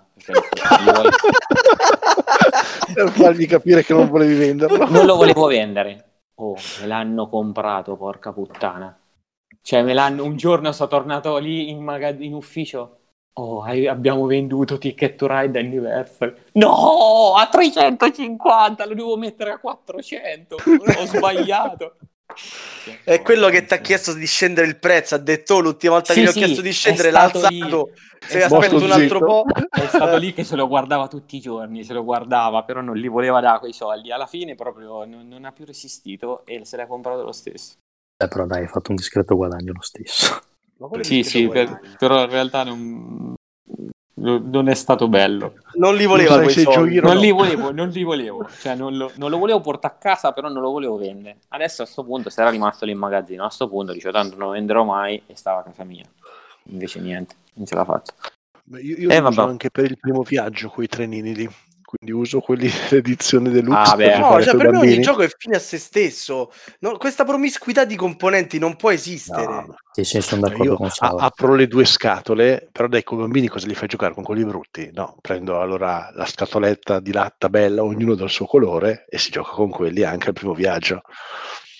per fargli capire che non volevi venderlo. Non lo volevo vendere. Oh, me l'hanno comprato, porca puttana. Cioè, un giorno sono tornato lì in ufficio. Oh, abbiamo venduto Ticket to Ride Anniversary. No, a 350, lo devo mettere a 400. Ho sbagliato. È quello che ti ha chiesto di scendere il prezzo. Ha detto l'ultima volta che gli ho chiesto di scendere, l'ha alzato. Se aspetta un altro po'. È stato lì che se lo guardava tutti i giorni, però non li voleva dare quei soldi. Alla fine proprio non ha più resistito e se l'ha comprato lo stesso. Però dai, hai fatto un discreto guadagno lo stesso. Sì, però in realtà non è stato bello. Non li voleva quei soldi. Non li volevo. Cioè, non lo volevo portare a casa, però non lo volevo vendere. Adesso a sto punto, se era rimasto lì in magazzino, a sto punto dicevo tanto non lo venderò mai e stava a casa mia. Invece niente, non ce l'ha fatta. Io lo uso anche per il primo viaggio, quei trenini lì. quindi uso quelli dell'edizione deluxe Ah, per beh. No, giocare cioè coi per me ogni bambini. gioco è fine a se stesso. No, questa promiscuità di componenti non può esistere. No, Sì, sono d'accordo io con Sava. apro le 2 scatole, però dai, con i bambini cosa li fai giocare? Con quelli brutti? No, prendo allora la scatoletta di latta bella, ognuno del suo colore, e si gioca con quelli anche al primo viaggio.